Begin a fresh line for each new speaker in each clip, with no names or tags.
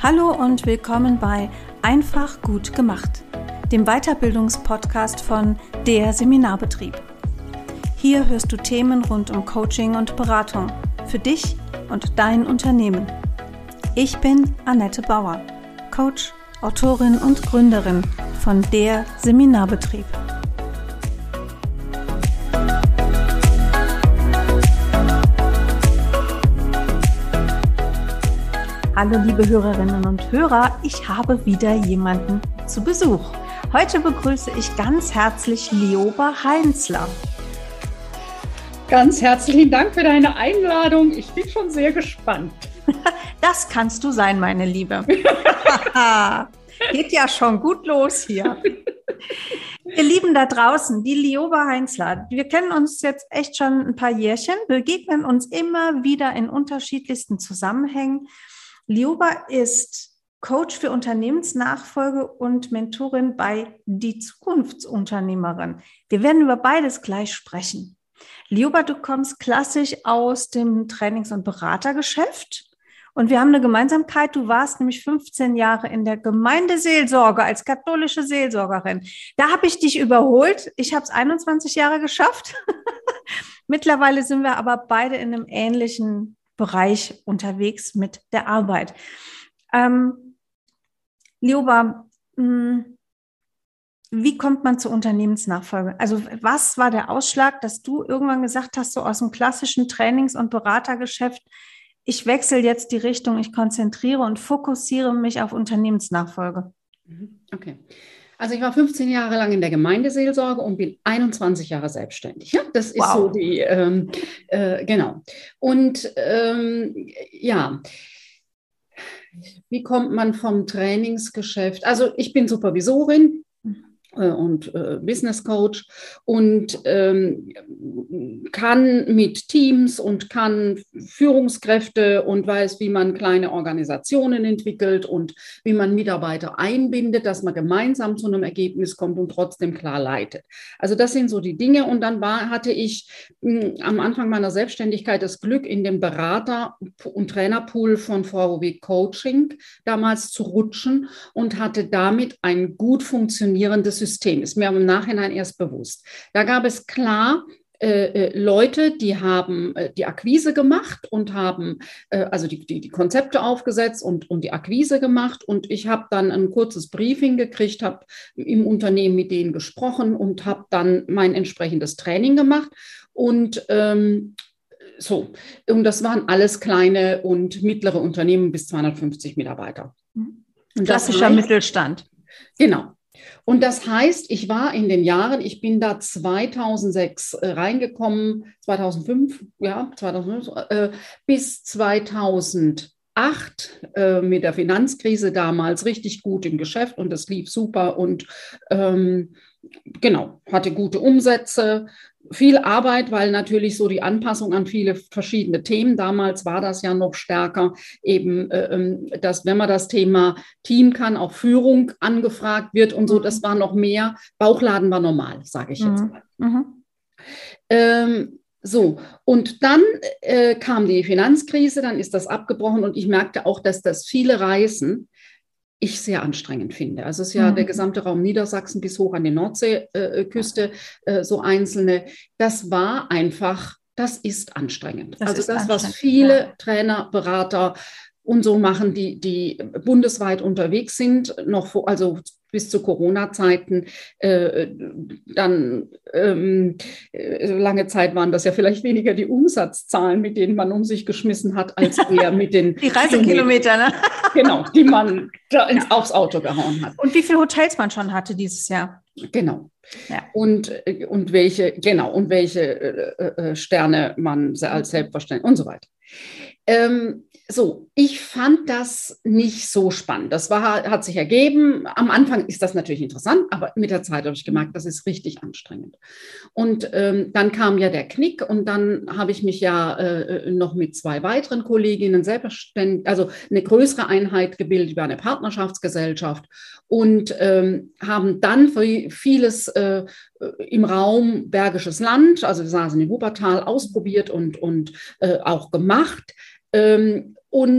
Hallo und willkommen bei Einfach gut gemacht, dem Weiterbildungspodcast von der Seminarbetrieb. Hier hörst du Themen rund um Coaching und Beratung für dich und dein Unternehmen. Ich bin Annette Bauer, Coach, Autorin und Gründerin von der Seminarbetrieb. Hallo liebe Hörerinnen und Hörer, ich habe wieder jemanden zu Besuch. Heute begrüße ich ganz herzlich Lioba Heinzler.
Ganz herzlichen Dank für deine Einladung. Ich bin schon sehr gespannt.
Das kannst du sein, meine Liebe. Geht ja schon gut los hier. Ihr Lieben da draußen, die Lioba Heinzler, wir kennen uns jetzt echt schon ein paar Jährchen, begegnen uns immer wieder in unterschiedlichsten Zusammenhängen. Lioba ist Coach für Unternehmensnachfolge und Mentorin bei Die Zukunftsunternehmerin. Wir werden über beides gleich sprechen. Lioba, du kommst klassisch aus dem Trainings- und Beratergeschäft und wir haben eine Gemeinsamkeit. Du warst nämlich 15 Jahre in der Gemeindeseelsorge als katholische Seelsorgerin. Da habe ich dich überholt. Ich habe es 21 Jahre geschafft. Mittlerweile sind wir aber beide in einem ähnlichen Bereich unterwegs mit der Arbeit. Lioba, wie kommt man zur Unternehmensnachfolge? Also was war der Ausschlag, dass du irgendwann gesagt hast, so aus dem klassischen Trainings- und Beratergeschäft, ich wechsle jetzt die Richtung, ich konzentriere und fokussiere mich auf Unternehmensnachfolge?
Okay. Also ich war 15 Jahre lang in der Gemeindeseelsorge und bin 21 Jahre selbstständig. Ja, das ist
Wow.
so die, genau. Und ja, wie kommt man vom Trainingsgeschäft? Also ich bin Supervisorin und Business Coach und kann mit Teams und kann Führungskräfte und weiß, wie man kleine Organisationen entwickelt und wie man Mitarbeiter einbindet, dass man gemeinsam zu einem Ergebnis kommt und trotzdem klar leitet. Also das sind so die Dinge. Und dann hatte ich am Anfang meiner Selbstständigkeit das Glück, in dem Berater- und Trainerpool von VW Coaching damals zu rutschen und hatte damit ein gut funktionierendes System. Ist mir im Nachhinein erst bewusst. Da gab es klar Leute, die haben die Akquise gemacht und haben also die Konzepte aufgesetzt und die Akquise gemacht. Und ich habe dann ein kurzes Briefing gekriegt, habe im Unternehmen mit denen gesprochen und habe dann mein entsprechendes Training gemacht. Und so, und das waren alles kleine und mittlere Unternehmen bis 250 Mitarbeiter. Und
klassischer Mittelstand.
Genau. Und das heißt, ich war in den Jahren, ich bin da 2006 reingekommen, 2005, bis 2008 mit der Finanzkrise damals richtig gut im Geschäft und das lief super und genau, hatte gute Umsätze. Viel Arbeit, weil natürlich so die Anpassung an viele verschiedene Themen, damals war das ja noch stärker, eben, dass wenn man das Thema Team kann, auch Führung angefragt wird und so, das war noch mehr, Bauchladen war normal, sage ich jetzt mal. So, und dann kam die Finanzkrise, dann ist das abgebrochen und ich merkte auch, dass das viele Reisen ich sehr anstrengend finde. Also es ist ja der gesamte Raum Niedersachsen bis hoch an die Nordseeküste, so einzelne. Das war einfach, das ist anstrengend. Das, was viele Trainer, Berater und so machen, die bundesweit unterwegs sind, also bis zu Corona-Zeiten, dann lange Zeit waren das ja vielleicht weniger die Umsatzzahlen, mit denen man um sich geschmissen hat, als eher mit den
die Reisekilometer, ne?
Genau, die man aufs Auto gehauen hat.
Und wie viele Hotels man schon hatte dieses Jahr.
Genau. Ja. Und welche Sterne man als selbstverständlich und so weiter. So, ich fand das nicht so spannend. Das hat sich ergeben. Am Anfang ist das natürlich interessant, aber mit der Zeit habe ich gemerkt, das ist richtig anstrengend. Und dann kam ja der Knick und dann habe ich mich ja noch mit 2 weiteren Kolleginnen selbstständig, also eine größere Einheit gebildet über eine Partnerschaftsgesellschaft und haben dann vieles im Raum Bergisches Land, also wir saßen in Wuppertal, ausprobiert und auch gemacht. Und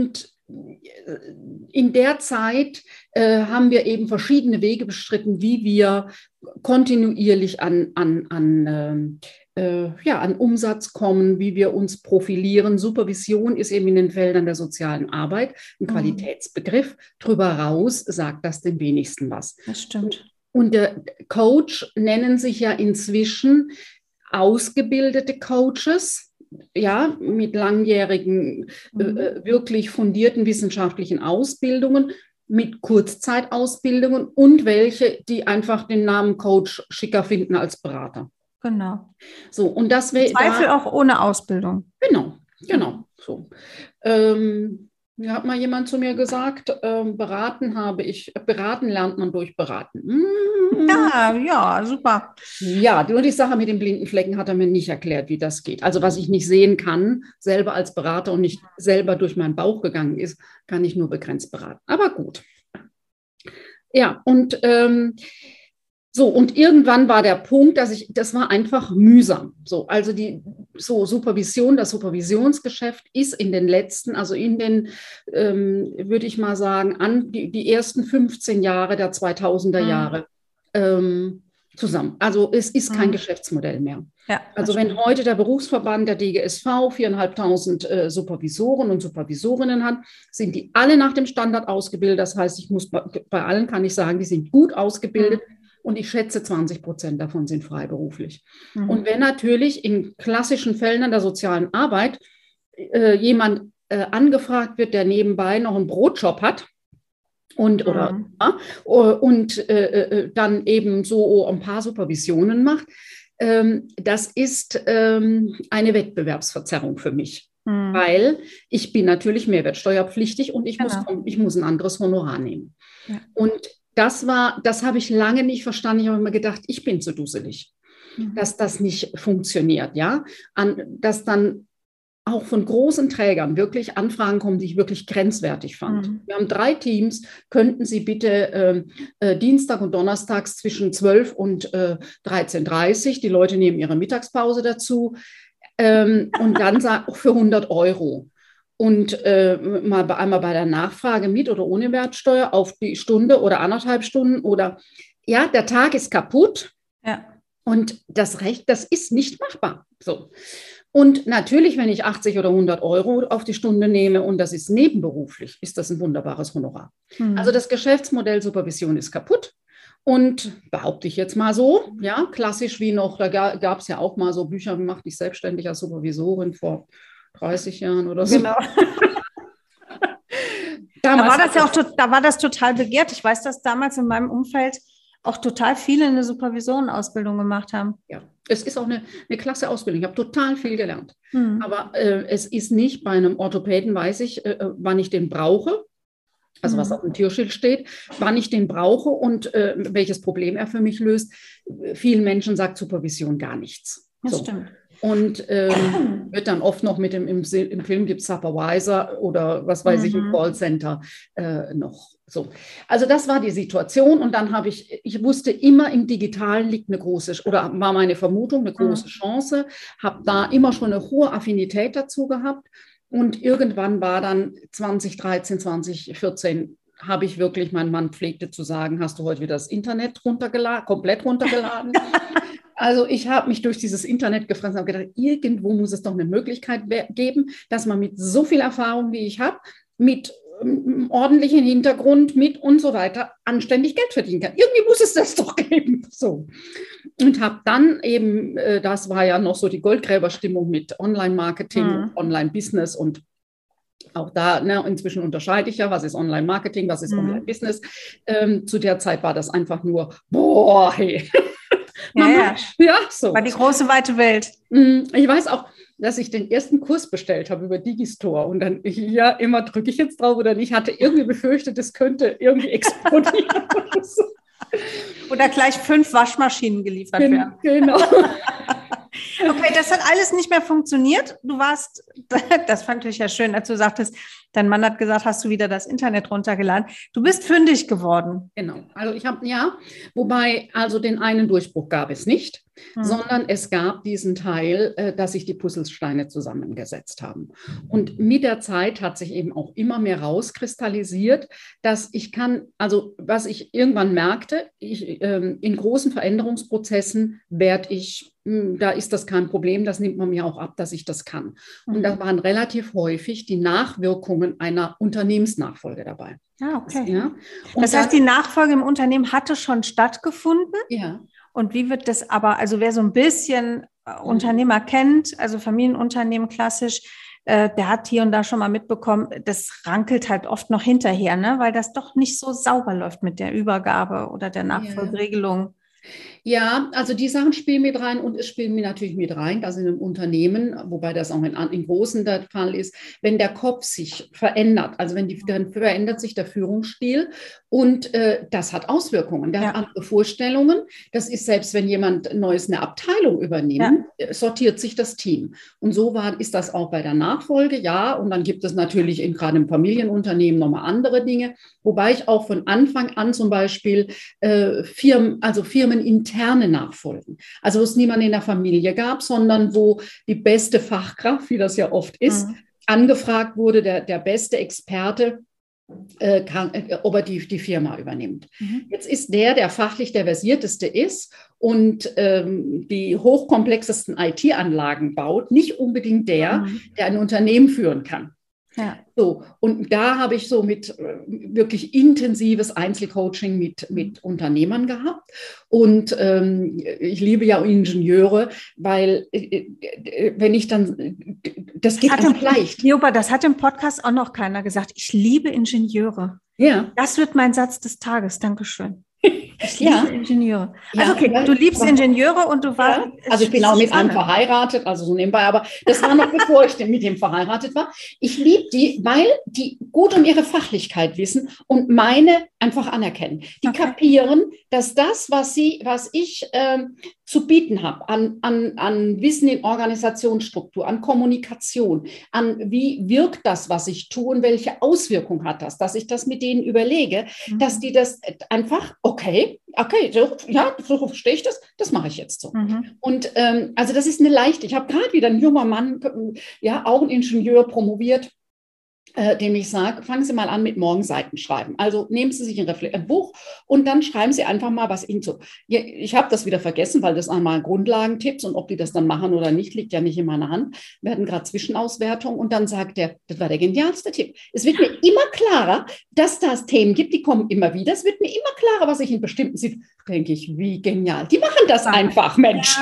in der Zeit haben wir eben verschiedene Wege bestritten, wie wir kontinuierlich an Umsatz kommen, wie wir uns profilieren. Supervision ist eben in den Feldern der sozialen Arbeit ein Qualitätsbegriff. Drüber raus sagt das den wenigsten was.
Das stimmt.
Und der Coach nennen sich ja inzwischen ausgebildete Coaches, ja, mit langjährigen, wirklich fundierten wissenschaftlichen Ausbildungen, mit Kurzzeitausbildungen und welche, die einfach den Namen Coach schicker finden als Berater.
Genau.
So, und das wäre.
Zweifel auch ohne Ausbildung.
Genau. So. Hat mal jemand zu mir gesagt, beraten lernt man durch Beraten.
Ja, super.
Ja, nur die Sache mit den blinden Flecken hat er mir nicht erklärt, wie das geht. Also was ich nicht sehen kann, selber als Berater und nicht selber durch meinen Bauch gegangen ist, kann ich nur begrenzt beraten. Aber gut. Ja, und und irgendwann war der Punkt, das war einfach mühsam. So, also Supervision, das Supervisionsgeschäft ist in den letzten, würde ich mal sagen, die ersten 15 Jahre der 2000er Jahre zusammen. Also es ist kein Geschäftsmodell mehr. Ja, also wenn heute der Berufsverband der DGSV 4.500 Supervisoren und Supervisorinnen hat, sind die alle nach dem Standard ausgebildet. Das heißt, bei allen kann ich sagen, die sind gut ausgebildet. Und ich schätze, 20% davon sind freiberuflich. Und wenn natürlich in klassischen Feldern der sozialen Arbeit jemand angefragt wird, der nebenbei noch einen Brotjob hat und dann eben so ein paar Supervisionen macht, das ist eine Wettbewerbsverzerrung für mich. Weil ich bin natürlich mehrwertsteuerpflichtig und ich muss ein anderes Honorar nehmen. Ja. Und das habe ich lange nicht verstanden. Ich habe immer gedacht, ich bin zu dusselig, dass das nicht funktioniert, ja. Dass dann auch von großen Trägern wirklich Anfragen kommen, die ich wirklich grenzwertig fand. Wir haben 3 Teams, könnten Sie bitte Dienstag und Donnerstags zwischen 12 und 13.30 Uhr, die Leute nehmen ihre Mittagspause dazu, und dann für 100 €. Und einmal bei der Nachfrage mit oder ohne Mehrwertsteuer auf die Stunde oder 1,5 Stunden oder ja, der Tag ist kaputt. Ja. Und das ist nicht machbar. So. Und natürlich, wenn ich 80 oder 100 € auf die Stunde nehme und das ist nebenberuflich, ist das ein wunderbares Honorar. Also das Geschäftsmodell Supervision ist kaputt. Und behaupte ich jetzt mal so, ja, klassisch wie noch, da gab es ja auch mal so Bücher, wie macht dich selbstständig als Supervisorin vor 30 Jahren oder so. Genau.
Da war das total begehrt. Ich weiß, dass damals in meinem Umfeld auch total viele eine Supervisorenausbildung gemacht haben.
Ja, es ist auch eine klasse Ausbildung. Ich habe total viel gelernt. Aber es ist nicht bei einem Orthopäden, weiß ich, wann ich den brauche. Also was auf dem Türschild steht, wann ich den brauche und welches Problem er für mich löst. Vielen Menschen sagt Supervision gar nichts.
Das stimmt.
Und wird dann oft noch im Film gibt es Supervisor oder was weiß ich, im Callcenter noch so. Also das war die Situation und dann ich wusste immer, im Digitalen liegt war meine Vermutung, eine große Chance, habe da immer schon eine hohe Affinität dazu gehabt und irgendwann war dann 2013, 2014 habe ich wirklich, mein Mann pflegte zu sagen, hast du heute wieder das Internet komplett runtergeladen? Also ich habe mich durch dieses Internet gefressen und habe gedacht, irgendwo muss es doch eine Möglichkeit geben, dass man mit so viel Erfahrung, wie ich habe, mit ordentlichen Hintergrund, mit und so weiter, anständig Geld verdienen kann. Irgendwie muss es das doch geben. So. Und habe dann eben, das war ja noch so die Goldgräberstimmung mit Online-Marketing, Online-Business und auch da, inzwischen unterscheide ich ja, was ist Online-Marketing, was ist Online-Business. Zu der Zeit war das einfach nur, boah, hey.
Ja, so. War die große, weite Welt.
Ich weiß auch, dass ich den ersten Kurs bestellt habe über Digistore und dann, immer drücke ich jetzt drauf oder nicht, hatte irgendwie befürchtet, es könnte irgendwie explodieren.
Oder gleich 5 Waschmaschinen geliefert werden.
Genau.
Okay, das hat alles nicht mehr funktioniert. Das fand ich ja schön, als du sagtest, Dein Mann hat gesagt, hast du wieder das Internet runtergeladen. Du bist fündig geworden.
Genau. Also ich habe, ja, wobei, also den einen Durchbruch gab es nicht, sondern es gab diesen Teil, dass sich die Puzzlesteine zusammengesetzt haben. Und mit der Zeit hat sich eben auch immer mehr rauskristallisiert, dass ich kann, also was ich irgendwann merkte, in großen Veränderungsprozessen da ist das kein Problem, das nimmt man mir auch ab, dass ich das kann. Und da waren relativ häufig die Nachwirkungen einer Unternehmensnachfolge dabei.
Ah, okay.
Ja?
Das heißt, die Nachfolge im Unternehmen hatte schon stattgefunden?
Ja.
Und wie wird das aber, also wer so ein bisschen Unternehmer kennt, also Familienunternehmen klassisch, der hat hier und da schon mal mitbekommen, das rankelt halt oft noch hinterher, ne? Weil das doch nicht so sauber läuft mit der Übergabe oder der Nachfolgeregelung.
Ja, also die Sachen spielen mit rein und es spielen mir natürlich mit rein, dass in einem Unternehmen, wobei das auch in großen der Fall ist, wenn der Kopf sich verändert, also dann verändert sich der Führungsstil und das hat Auswirkungen. Der hat andere Vorstellungen. Das ist selbst, wenn jemand Neues eine Abteilung übernimmt, sortiert sich das Team. Und so ist das auch bei der Nachfolge, ja. Und dann gibt es natürlich gerade im Familienunternehmen nochmal andere Dinge, wobei ich auch von Anfang an zum Beispiel firmeninterne Nachfolgen. Also wo es niemanden in der Familie gab, sondern wo die beste Fachkraft, wie das ja oft ist, angefragt wurde, der beste Experte, ob er die Firma übernimmt. Jetzt ist der fachlich der versierteste ist und die hochkomplexesten IT-Anlagen baut, nicht unbedingt der ein Unternehmen führen kann. Ja. So, und da habe ich so mit wirklich intensives Einzelcoaching mit Unternehmern gehabt. Und ich liebe ja Ingenieure, weil wenn ich dann, das geht einfach leicht.
Joba, das hat im Podcast auch noch keiner gesagt. Ich liebe Ingenieure. Ja. Das wird mein Satz des Tages. Dankeschön. Ich liebe Ingenieure. Also okay, du liebst Ingenieure und du warst...
Ja, also ich bin auch mit einem verheiratet, also so nebenbei, aber das war noch bevor ich mit dem verheiratet war. Ich liebe die, weil die gut um ihre Fachlichkeit wissen und meine einfach anerkennen. Die kapieren, dass das, was ich zu bieten habe, an Wissen in Organisationsstruktur, an Kommunikation, an wie wirkt das, was ich tue und welche Auswirkung hat das, dass ich das mit denen überlege, dass die das einfach, okay, so verstehe ich das mache ich jetzt so. Und also das ist eine leichte, ich habe gerade wieder einen junger Mann, auch ein Ingenieur, promoviert, dem ich sage, fangen Sie mal an mit Morgenseiten schreiben. Also nehmen Sie sich ein Buch und dann schreiben Sie einfach mal, was Ihnen so... Ich habe das wieder vergessen, weil das einmal Grundlagentipps und ob die das dann machen oder nicht, liegt ja nicht in meiner Hand. Wir hatten gerade Zwischenauswertung und dann sagt er, das war der genialste Tipp. Es wird mir immer klarer, dass das Themen gibt, die kommen immer wieder. Es wird mir immer klarer, was ich in bestimmten Situationen... Denke ich, wie genial. Die machen das einfach, Mensch.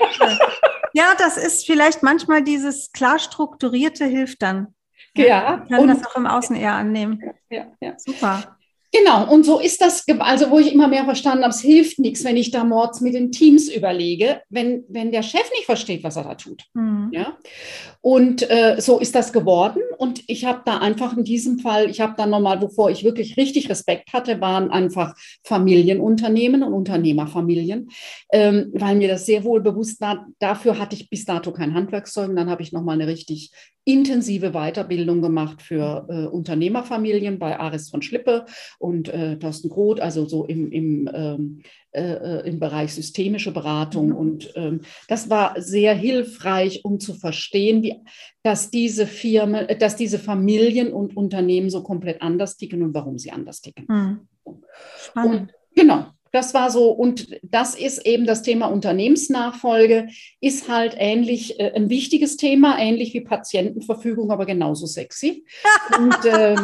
Ja, das ist vielleicht manchmal dieses klar strukturierte hilft dann.
Ja,
ich kann das auch im Außen eher annehmen.
Ja.
Super.
Genau, und so ist das, also wo ich immer mehr verstanden habe, es hilft nichts, wenn ich da mords mit den Teams überlege, wenn der Chef nicht versteht, was er da tut. Ja? Und so ist das geworden. Und ich habe da einfach in diesem Fall, ich habe da nochmal, wovor ich wirklich richtig Respekt hatte, waren einfach Familienunternehmen und Unternehmerfamilien, weil mir das sehr wohl bewusst war, dafür hatte ich bis dato kein Handwerkszeug. Und dann habe ich nochmal eine richtig intensive Weiterbildung gemacht für Unternehmerfamilien bei Aris von Schlippe und Thorsten Groth, also so im Bereich systemische Beratung. Und das war sehr hilfreich, um zu verstehen, dass diese Familien und Unternehmen so komplett anders ticken und warum sie anders ticken.
Spannend.
Und genau. Das war so, und das ist eben das Thema Unternehmensnachfolge, ist halt ähnlich ein wichtiges Thema, ähnlich wie Patientenverfügung, aber genauso sexy. Und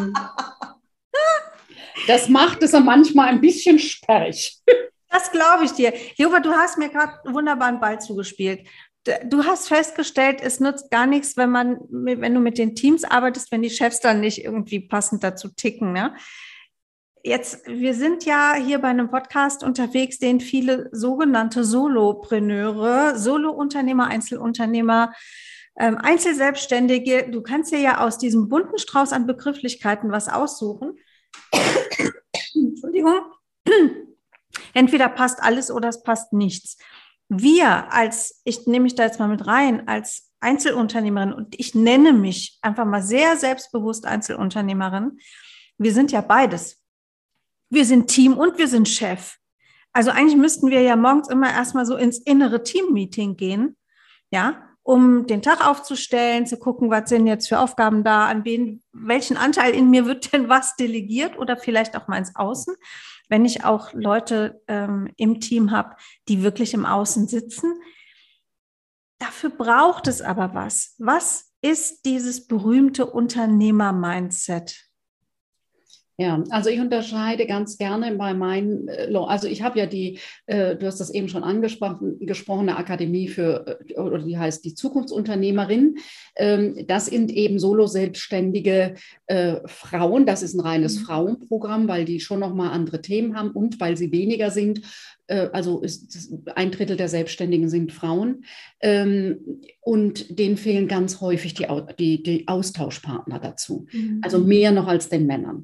das macht es manchmal ein bisschen sperrig.
Das glaube ich dir. Joba, du hast mir gerade wunderbar einen Ball zugespielt. Du hast festgestellt, es nutzt gar nichts, wenn du mit den Teams arbeitest, wenn die Chefs dann nicht irgendwie passend dazu ticken, ne? Jetzt, wir sind ja hier bei einem Podcast unterwegs, den viele sogenannte Solopreneure, Solounternehmer, Einzelunternehmer, Einzelselbstständige, du kannst dir ja aus diesem bunten Strauß an Begrifflichkeiten was aussuchen. Entschuldigung. Entweder passt alles oder es passt nichts. Ich nehme mich da jetzt mal mit rein, als Einzelunternehmerin, und ich nenne mich einfach mal sehr selbstbewusst Einzelunternehmerin. Wir sind ja beides. Wir sind Team und wir sind Chef. Also eigentlich müssten wir ja morgens immer erstmal so ins innere Team-Meeting gehen, ja, um den Tag aufzustellen, zu gucken, was sind jetzt für Aufgaben da, an wen, welchen Anteil in mir wird denn was delegiert oder vielleicht auch mal ins Außen, wenn ich auch Leute im Team habe, die wirklich im Außen sitzen. Dafür braucht es aber was. Was ist dieses berühmte Unternehmer-Mindset?
Ja, also ich unterscheide ganz gerne bei meinen, also ich habe ja du hast das eben schon gesprochene Akademie oder die heißt die Zukunftsunternehmerin. Das sind eben Solo-selbstständige Frauen. Das ist ein reines Frauenprogramm, weil die schon nochmal andere Themen haben und weil sie weniger sind. Also ein Drittel der Selbstständigen sind Frauen. Und denen fehlen ganz häufig die Austauschpartner dazu. Also mehr noch als den Männern.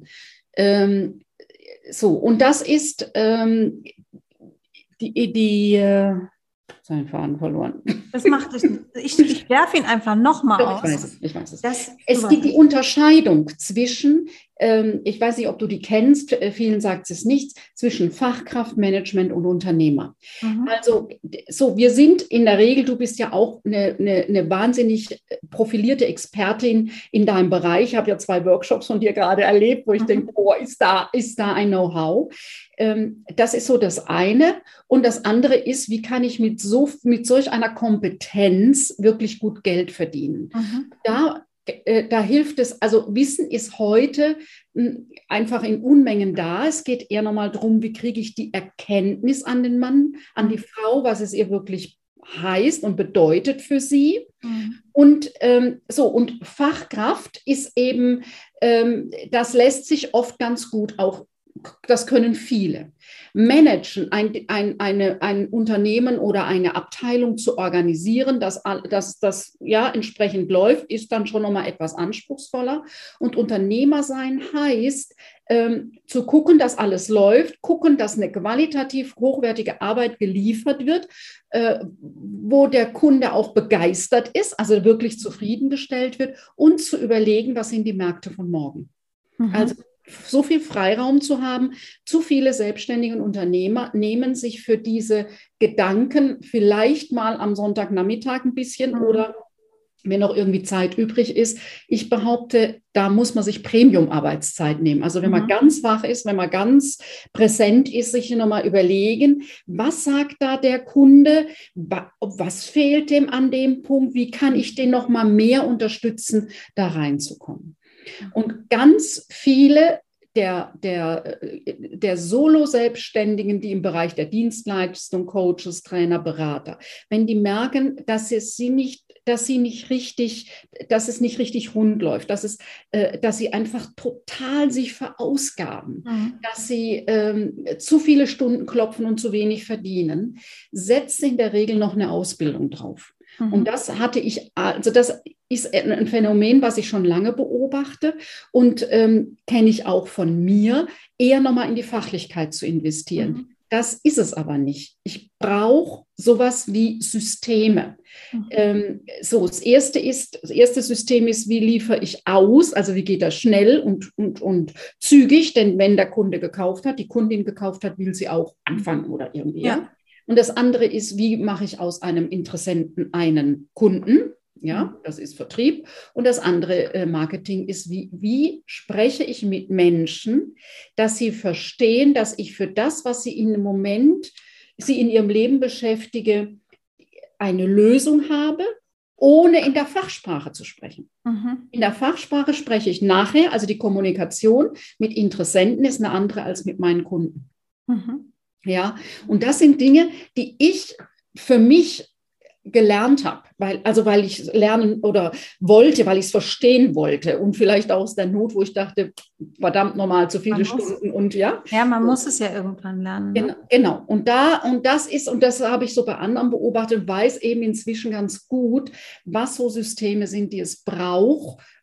Und das ist jetzt habe ich den Faden verloren.
Das macht es nicht. Ich werfe ihn einfach nochmal aus.
Ich weiß es. Es gibt die Unterscheidung zwischen, ich weiß nicht, ob du die kennst, vielen sagt es nicht, zwischen Fachkraftmanagement und Unternehmer. Also wir sind in der Regel, du bist ja auch eine wahnsinnig profilierte Expertin in deinem Bereich. Ich habe ja 2 Workshops von dir gerade erlebt, wo ich denke, ist da ein Know-how. Das ist so das eine. Und das andere ist, wie kann ich mit solch einer Kompetenz wirklich gut Geld verdienen? Da hilft es, also Wissen ist heute einfach in Unmengen da. Es geht eher nochmal darum, wie kriege ich die Erkenntnis an den Mann, an die Frau, was es ihr wirklich heißt und bedeutet für sie. Und Fachkraft ist eben, das lässt sich oft ganz gut auch, das können viele. Managen, ein Unternehmen oder eine Abteilung zu organisieren, dass das ja entsprechend läuft, ist dann schon nochmal etwas anspruchsvoller. Und Unternehmer sein heißt, zu gucken, dass alles läuft, gucken, dass eine qualitativ hochwertige Arbeit geliefert wird, wo der Kunde auch begeistert ist, also wirklich zufriedengestellt wird, und zu überlegen, was sind die Märkte von morgen. Also so viel Freiraum zu haben. Zu viele selbstständige Unternehmer nehmen sich für diese Gedanken vielleicht mal am Sonntagnachmittag ein bisschen oder wenn noch irgendwie Zeit übrig ist. Ich behaupte, da muss man sich Premium-Arbeitszeit nehmen. Also wenn man ganz wach ist, wenn man ganz präsent ist, sich nochmal überlegen, was sagt da der Kunde, was fehlt dem an dem Punkt, wie kann ich den nochmal mehr unterstützen, da reinzukommen. Und ganz viele der Solo-Selbstständigen, die im Bereich der Dienstleistung, Coaches, Trainer, Berater, wenn die merken, dass es nicht richtig rund läuft, dass sie einfach total sich verausgaben, dass sie zu viele Stunden klopfen und zu wenig verdienen, setzt in der Regel noch eine Ausbildung drauf. Und das ist ein Phänomen, was ich schon lange beobachte und kenne ich auch von mir, eher nochmal in die Fachlichkeit zu investieren. Das ist es aber nicht. Ich brauche sowas wie Systeme. Das erste System ist, wie liefere ich aus? Also wie geht das schnell und zügig? Denn wenn der Kunde gekauft hat, die Kundin gekauft hat, will sie auch anfangen oder irgendwie. Ja. Und das andere ist, wie mache ich aus einem Interessenten einen Kunden? Ja, das ist Vertrieb. Und das andere Marketing ist, wie spreche ich mit Menschen, dass sie verstehen, dass ich für das, was sie in ihrem Leben beschäftige, eine Lösung habe, ohne in der Fachsprache zu sprechen. In der Fachsprache spreche ich nachher, also die Kommunikation mit Interessenten ist eine andere als mit meinen Kunden. Ja, und das sind Dinge, die ich für mich gelernt habe, weil ich lernen oder wollte, weil ich es verstehen wollte und vielleicht auch aus der Not, wo ich dachte, verdammt normal, zu viele Stunden und ja.
Ja, man muss es ja irgendwann lernen. Ne?
Genau. Und das habe ich so bei anderen beobachtet, weiß eben inzwischen ganz gut, was so Systeme sind, die es braucht,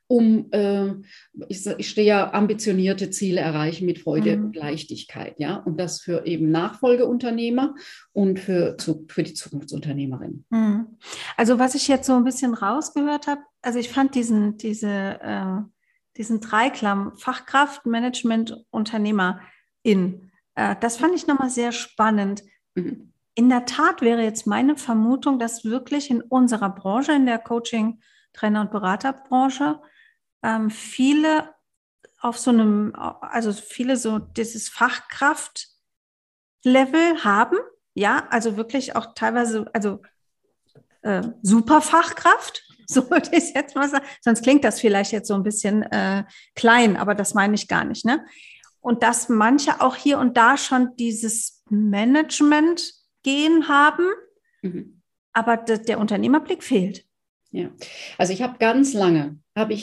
um, ich stehe ja, ambitionierte Ziele erreichen mit Freude und Leichtigkeit, ja, und das für eben Nachfolgeunternehmer und für die Zukunftsunternehmerin.
Also was ich jetzt so ein bisschen rausgehört habe, also ich fand diesen Dreiklang Fachkraft, Management, Unternehmerin, das fand ich nochmal sehr spannend. In der Tat wäre jetzt meine Vermutung, dass wirklich in unserer Branche, in der Coaching-, Trainer- und Beraterbranche, viele auf so einem, also viele so dieses Fachkraft-Level haben, ja, also wirklich auch teilweise, also super Fachkraft, so würde ich es jetzt mal sagen. Sonst klingt das vielleicht jetzt so ein bisschen klein, aber das meine ich gar nicht, ne? Und dass manche auch hier und da schon dieses Management-Gen haben, aber der Unternehmerblick fehlt.
Ja, also ich habe ganz lange,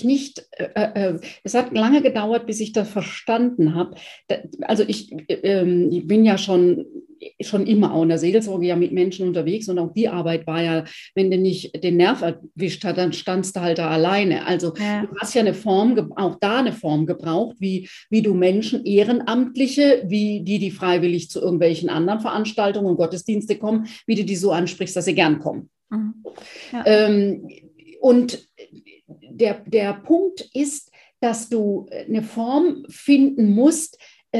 es hat lange gedauert, bis ich das verstanden habe. Also ich bin ja schon immer auch in der Seelsorge ja mit Menschen unterwegs und auch die Arbeit war ja, wenn du nicht den Nerv erwischt hast, dann standst du halt da alleine. Also du hast ja auch da eine Form gebraucht, wie du Menschen, Ehrenamtliche, wie die freiwillig zu irgendwelchen anderen Veranstaltungen und Gottesdienste kommen, wie du die so ansprichst, dass sie gern kommen. Ja. Und der Punkt ist, dass du eine Form finden musst,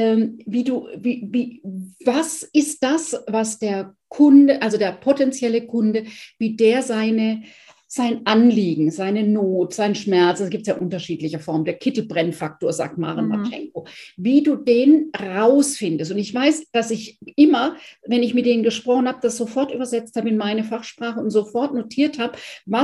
was ist das, was der Kunde, also der potenzielle Kunde, wie der sein Anliegen, seine Not, sein Schmerz, es gibt ja unterschiedliche Formen, der Kittelbrennfaktor, sagt Maren Matschenko, wie du den rausfindest. Und ich weiß, dass ich immer, wenn ich mit denen gesprochen habe, das sofort übersetzt habe in meine Fachsprache und sofort notiert habe,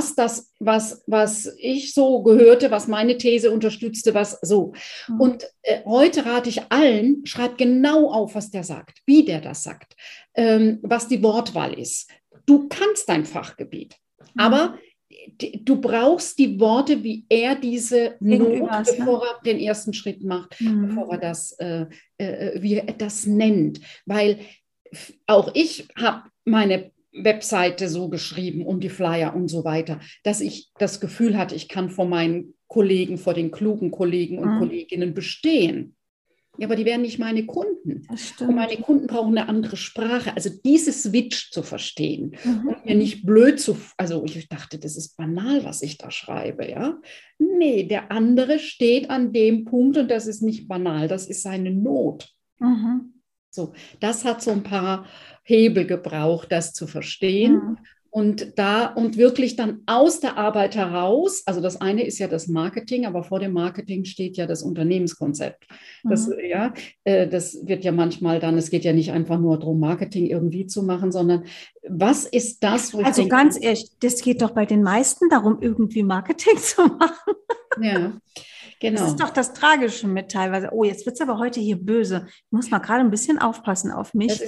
was ich so gehörte, was meine These unterstützte, was so. Und heute rate ich allen, schreib genau auf, was der sagt, wie der das sagt, was die Wortwahl ist. Du kannst dein Fachgebiet, aber du brauchst die Worte, wie er diese Not, bevor er den ersten Schritt macht, bevor er wie er das nennt. Weil auch ich habe meine Webseite so geschrieben und die Flyer und so weiter, dass ich das Gefühl hatte, ich kann vor meinen Kollegen, vor den klugen Kollegen und Kolleginnen bestehen. Ja, aber die wären nicht meine Kunden. Und meine Kunden brauchen eine andere Sprache. Also dieses Switch zu verstehen und mir nicht blöd also ich dachte, das ist banal, was ich da schreibe, ja. Nee, der andere steht an dem Punkt und das ist nicht banal, das ist seine Not. So, das hat so ein paar Hebel gebraucht, das zu verstehen. Und wirklich dann aus der Arbeit heraus, also das eine ist ja das Marketing, aber vor dem Marketing steht ja das Unternehmenskonzept. Das wird ja manchmal dann, es geht ja nicht einfach nur darum, Marketing irgendwie zu machen, sondern was ist das, wo ich
denke, ganz ehrlich, das geht doch bei den meisten darum, irgendwie Marketing zu machen.
Ja. Genau.
Das ist doch das Tragische mit teilweise. Oh, jetzt wird es aber heute hier böse. Ich muss mal gerade ein bisschen aufpassen auf mich.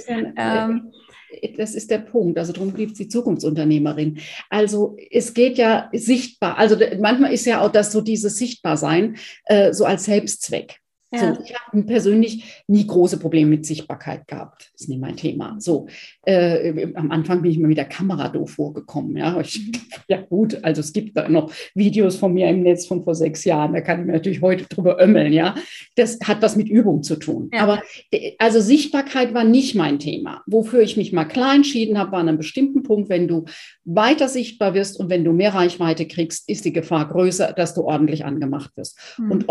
Das ist der Punkt. Also darum gibt es die Zukunftsunternehmerin. Also es geht ja sichtbar. Also manchmal ist ja auch das so dieses Sichtbarsein so als Selbstzweck. Ja. So, ich habe persönlich nie große Probleme mit Sichtbarkeit gehabt. Das ist nicht mein Thema. So, am Anfang bin ich mir mit der Kamera doof vorgekommen. Ja gut, also es gibt da noch Videos von mir im Netz von vor 6 Jahren. Da kann ich mir natürlich heute drüber ömmeln. Ja, das hat was mit Übung zu tun. Ja. Aber also Sichtbarkeit war nicht mein Thema. Wofür ich mich mal klar entschieden habe, war an einem bestimmten Punkt, wenn du weiter sichtbar wirst und wenn du mehr Reichweite kriegst, ist die Gefahr größer, dass du ordentlich angemacht wirst. Und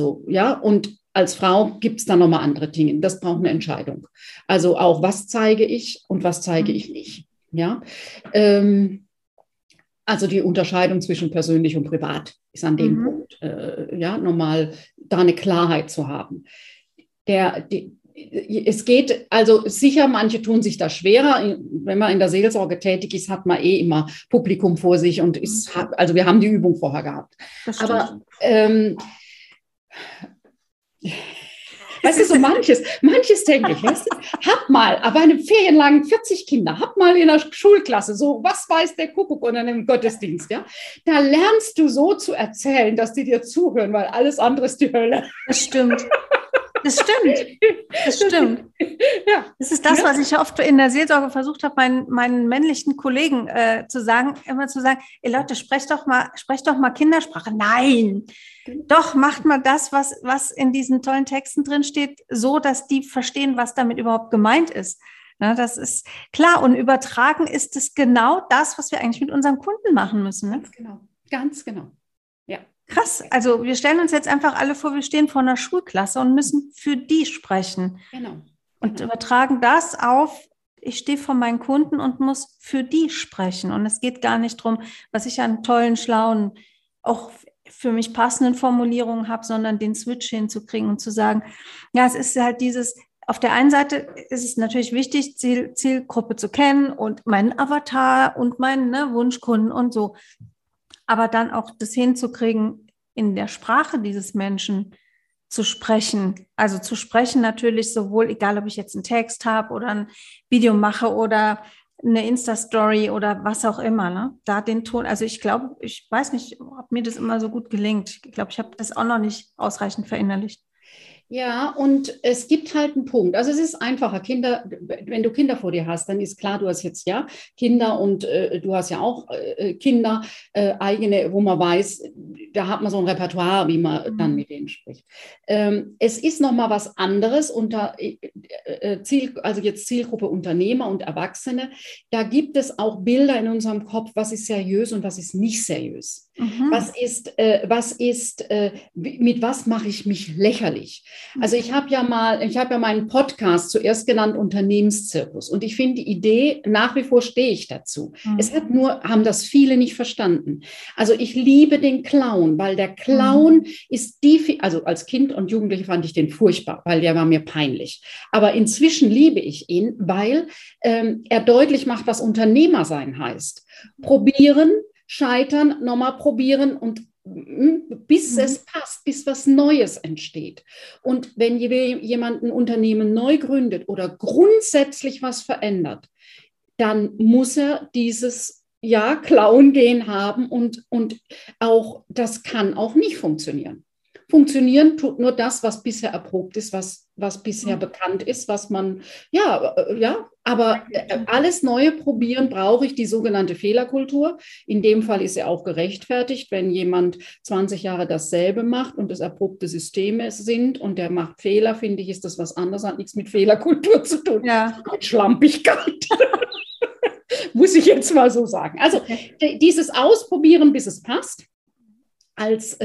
als Frau gibt es da nochmal andere Dinge. Das braucht eine Entscheidung. Also auch, was zeige ich und was zeige ich nicht. Ja? Also die Unterscheidung zwischen persönlich und privat ist an dem Punkt, nochmal da eine Klarheit zu haben. Es geht, also sicher, manche tun sich da schwerer. Wenn man in der Seelsorge tätig ist, hat man immer Publikum vor sich und also wir haben die Übung vorher gehabt. Aber weißt du, so manches denke ich, weißt du, hab mal, aber einem ferienlangen 40 Kinder, hab mal in der Schulklasse, so, was weiß der Kuckuck und dann im Gottesdienst, ja, da lernst du so zu erzählen, dass die dir zuhören, weil alles andere ist die Hölle.
Das stimmt. Das stimmt. Das stimmt.
Ja.
Das ist das, was ich oft in der Seelsorge versucht habe, meinen männlichen Kollegen immer zu sagen, ey Leute, sprecht doch mal Kindersprache. Nein, doch, macht mal das, was in diesen tollen Texten drin steht, so, dass die verstehen, was damit überhaupt gemeint ist. Na, das ist klar. Und übertragen ist es genau das, was wir eigentlich mit unseren Kunden machen müssen. Ne?
Ganz genau. Ganz genau. Ja.
Krass, also wir stellen uns jetzt einfach alle vor, wir stehen vor einer Schulklasse und müssen für die sprechen.
Genau.
Und übertragen das auf, ich stehe vor meinen Kunden und muss für die sprechen. Und es geht gar nicht darum, was ich an tollen, schlauen, auch für mich passenden Formulierungen habe, sondern den Switch hinzukriegen und zu sagen, ja, es ist halt dieses, auf der einen Seite ist es natürlich wichtig, Zielgruppe zu kennen und meinen Avatar und meinen Wunschkunden und so. Aber dann auch das hinzukriegen, in der Sprache dieses Menschen zu sprechen. Also zu sprechen natürlich sowohl, egal ob ich jetzt einen Text habe oder ein Video mache oder eine Insta-Story oder was auch immer. Ne? Da den Ton, also ich glaube, ich weiß nicht, ob mir das immer so gut gelingt. Ich glaube, ich habe das auch noch nicht ausreichend verinnerlicht.
Ja, und es gibt halt einen Punkt. Also es ist einfacher, wenn du Kinder vor dir hast, dann ist klar, du hast jetzt ja Kinder und du hast ja auch Kinder, eigene, wo man weiß, da hat man so ein Repertoire, wie man dann mit denen spricht. Es ist nochmal was anderes unter also jetzt Zielgruppe Unternehmer und Erwachsene. Da gibt es auch Bilder in unserem Kopf, was ist seriös und was ist nicht seriös. Mhm. Mit was mache ich mich lächerlich? Also ich habe ja meinen Podcast zuerst genannt Unternehmenszirkus und ich finde die Idee, nach wie vor stehe ich dazu. Mhm. Haben das viele nicht verstanden. Also ich liebe den Clown, weil der Clown ist also als Kind und Jugendliche fand ich den furchtbar, weil der war mir peinlich. Aber inzwischen liebe ich ihn, weil er deutlich macht, was Unternehmer sein heißt. Probieren, scheitern, nochmal probieren und bis es passt, bis was Neues entsteht. Und wenn jemand ein Unternehmen neu gründet oder grundsätzlich was verändert, dann muss er dieses Klauen-Gen haben und auch das kann auch nicht funktionieren. Funktionieren tut nur das, was bisher erprobt ist, was bisher bekannt ist, was man, aber alles Neue probieren brauche ich die sogenannte Fehlerkultur. In dem Fall ist sie auch gerechtfertigt, wenn jemand 20 Jahre dasselbe macht und es erprobte Systeme sind und der macht Fehler, finde ich, ist das was anderes, hat nichts mit Fehlerkultur zu tun. Ja. Mit Schlampigkeit. Muss ich jetzt mal so sagen. Also dieses Ausprobieren, bis es passt, als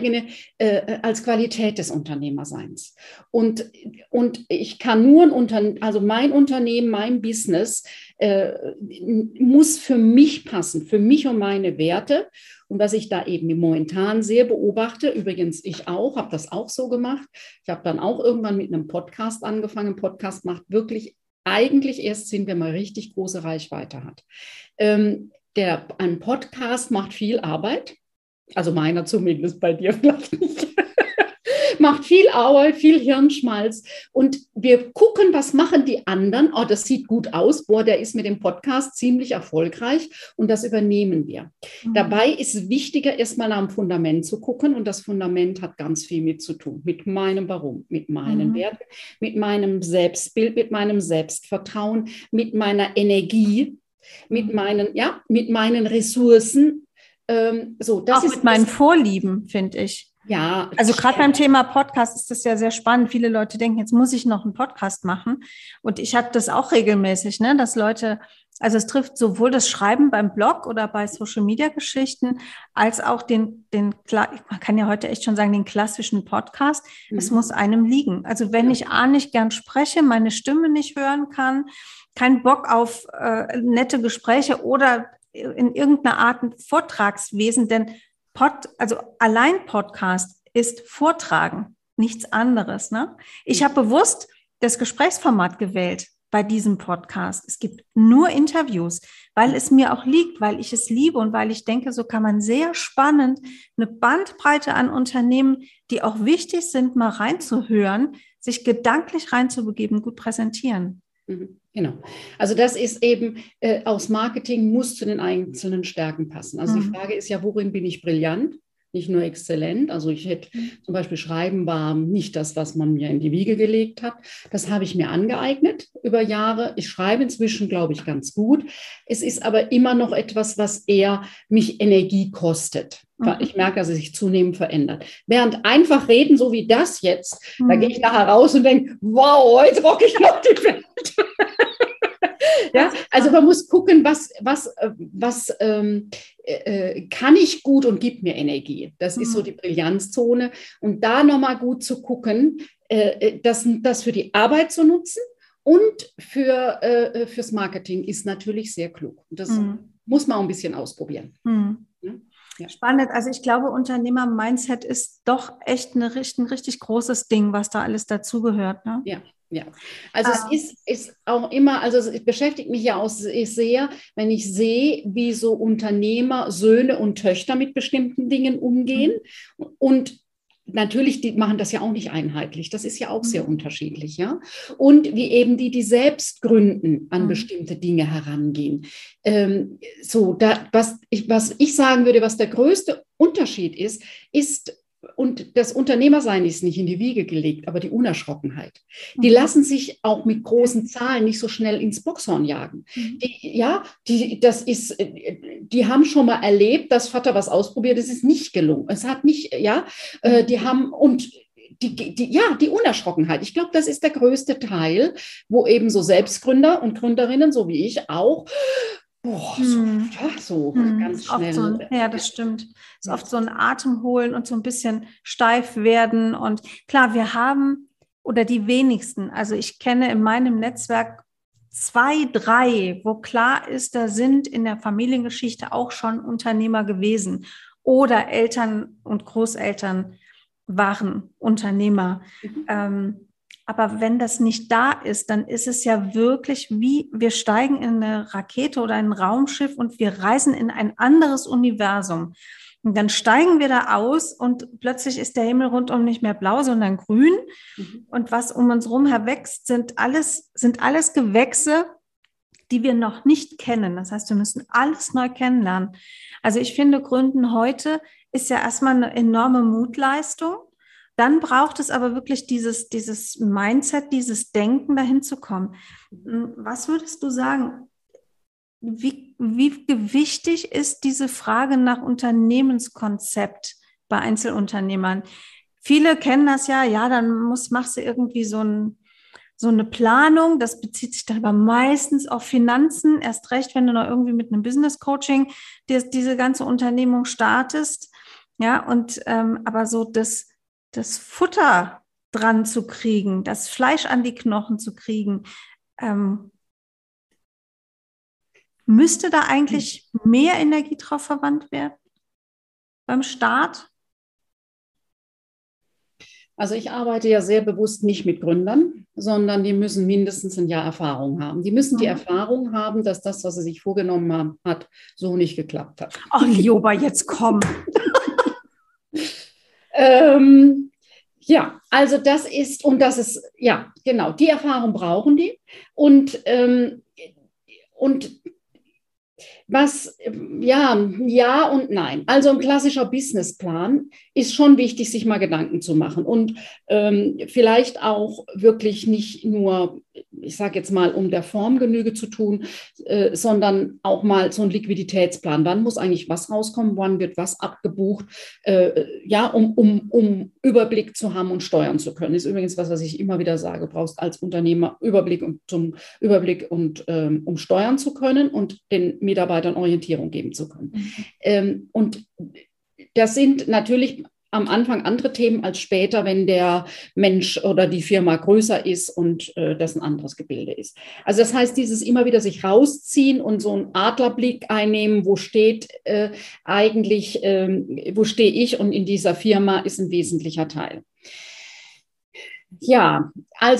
als Qualität des Unternehmerseins. Und ich kann nur mein Unternehmen, mein Business muss für mich passen, für mich und meine Werte. Und was ich da eben momentan sehr beobachte, übrigens ich auch, habe das auch so gemacht. Ich habe dann auch irgendwann mit einem Podcast angefangen. Podcast macht wirklich eigentlich erst Sinn, wenn man richtig große Reichweite hat. Ein Podcast macht viel Arbeit. Also meiner zumindest, bei dir vielleicht nicht. Macht viel Arbeit, viel Hirnschmalz. Und wir gucken, was machen die anderen. Oh, das sieht gut aus. Boah, der ist mit dem Podcast ziemlich erfolgreich. Und das übernehmen wir. Mhm. Dabei ist wichtiger, erstmal nach dem Fundament zu gucken. Und das Fundament hat ganz viel mit zu tun. Mit meinem Warum, mit meinen Werten, mit meinem Selbstbild, mit meinem Selbstvertrauen, mit meiner Energie, mit meinen Ressourcen.
Auch mit meinen Vorlieben, finde ich.
Ja.
Also gerade beim Thema Podcast ist das ja sehr spannend. Viele Leute denken, jetzt muss ich noch einen Podcast machen. Und ich habe das auch regelmäßig, dass Leute, also es trifft sowohl das Schreiben beim Blog oder bei Social-Media-Geschichten, als auch man kann ja heute echt schon sagen, den klassischen Podcast. Es muss einem liegen. Also wenn ich nicht gern spreche, meine Stimme nicht hören kann, keinen Bock auf nette Gespräche oder in irgendeiner Art ein Vortragswesen, denn allein Podcast ist Vortragen, nichts anderes. Ne? Ich habe bewusst das Gesprächsformat gewählt bei diesem Podcast. Es gibt nur Interviews, weil es mir auch liegt, weil ich es liebe und weil ich denke, so kann man sehr spannend eine Bandbreite an Unternehmen, die auch wichtig sind, mal reinzuhören, sich gedanklich reinzubegeben, gut präsentieren.
Genau. Also das ist eben, aus Marketing muss zu den einzelnen Stärken passen. Also die Frage ist ja, worin bin ich brillant? nicht nur exzellent. Also ich hätte zum Beispiel Schreiben war nicht das, was man mir in die Wiege gelegt hat. Das habe ich mir angeeignet über Jahre. Ich schreibe inzwischen, glaube ich, ganz gut. Es ist aber immer noch etwas, was eher mich Energie kostet. Ich merke, dass es sich zunehmend verändert. Während einfach reden, so wie das jetzt, da gehe ich nachher raus und denke, wow, heute rocke ich noch die Welt. Ja, also man muss gucken, was kann ich gut und gibt mir Energie. Das ist so die Brillanzzone. Und da nochmal gut zu gucken, das für die Arbeit zu nutzen und fürs Marketing ist natürlich sehr klug. Und das muss man auch ein bisschen ausprobieren.
Ja. Spannend. Also ich glaube, Unternehmer-Mindset ist doch echt ein richtig großes Ding, was da alles dazugehört. Ne?
Ja. Ja, also es ist auch immer, also es beschäftigt mich ja auch sehr, wenn ich sehe, wie so Unternehmer, Söhne und Töchter mit bestimmten Dingen umgehen. Und natürlich, die machen das ja auch nicht einheitlich. Das ist ja auch sehr unterschiedlich, ja. Und wie eben die selbst gründen, an bestimmte Dinge herangehen. Was ich sagen würde, was der größte Unterschied ist, und das Unternehmersein ist nicht in die Wiege gelegt, aber die Unerschrockenheit. Die lassen sich auch mit großen Zahlen nicht so schnell ins Boxhorn jagen. Die haben schon mal erlebt, dass Vater was ausprobiert, es ist nicht gelungen. Es hat nicht, die haben und die Unerschrockenheit. Ich glaube, das ist der größte Teil, wo eben so Selbstgründer und Gründerinnen, so wie ich auch, ganz schnell.
Ja, das stimmt. Es ist oft so ein Atem holen und so ein bisschen steif werden. Und klar, wir haben, oder die wenigsten, also ich kenne in meinem Netzwerk 2, 3, wo klar ist, da sind in der Familiengeschichte auch schon Unternehmer gewesen oder Eltern und Großeltern waren Unternehmer. Aber wenn das nicht da ist, dann ist es ja wirklich wie, wir steigen in eine Rakete oder ein Raumschiff und wir reisen in ein anderes Universum. Und dann steigen wir da aus und plötzlich ist der Himmel rundum nicht mehr blau, sondern grün. Und was um uns herum wächst, sind alles Gewächse, die wir noch nicht kennen. Das heißt, wir müssen alles neu kennenlernen. Also ich finde, Gründen heute ist ja erstmal eine enorme Mutleistung. Dann braucht es aber wirklich dieses Mindset, dieses Denken, dahin zu kommen. Was würdest du sagen? Wie wichtig ist diese Frage nach Unternehmenskonzept bei Einzelunternehmern? Viele kennen das ja, dann machst du irgendwie so eine Planung. Das bezieht sich dann aber meistens auf Finanzen, erst recht, wenn du noch irgendwie mit einem Business Coaching diese ganze Unternehmung startest. Ja, und aber so das Futter dran zu kriegen, das Fleisch an die Knochen zu kriegen, müsste da eigentlich mehr Energie drauf verwandt werden beim Start?
Also ich arbeite ja sehr bewusst nicht mit Gründern, sondern die müssen mindestens ein Jahr Erfahrung haben. Die müssen die Erfahrung haben, dass das, was sie sich vorgenommen hat, so nicht geklappt hat.
Ach, Lioba, jetzt komm.
Ja, also das ist, ja, genau, die Erfahrung brauchen die. Und was, ja und nein. Also ein klassischer Businessplan ist schon wichtig, sich mal Gedanken zu machen und vielleicht auch wirklich nicht nur, ich sage jetzt mal, um der Form Genüge zu tun, sondern auch mal so ein Liquiditätsplan. Wann muss eigentlich was rauskommen? Wann wird was abgebucht? Um Überblick zu haben und steuern zu können. Das ist übrigens was ich immer wieder sage. Du brauchst als Unternehmer Überblick und um steuern zu können und den Mitarbeitern Orientierung geben zu können. Und das sind natürlich am Anfang andere Themen als später, wenn der Mensch oder die Firma größer ist und das ein anderes Gebilde ist. Also das heißt, dieses immer wieder sich rausziehen und so einen Adlerblick einnehmen, wo steht wo stehe ich und in dieser Firma ist ein wesentlicher Teil. Ja,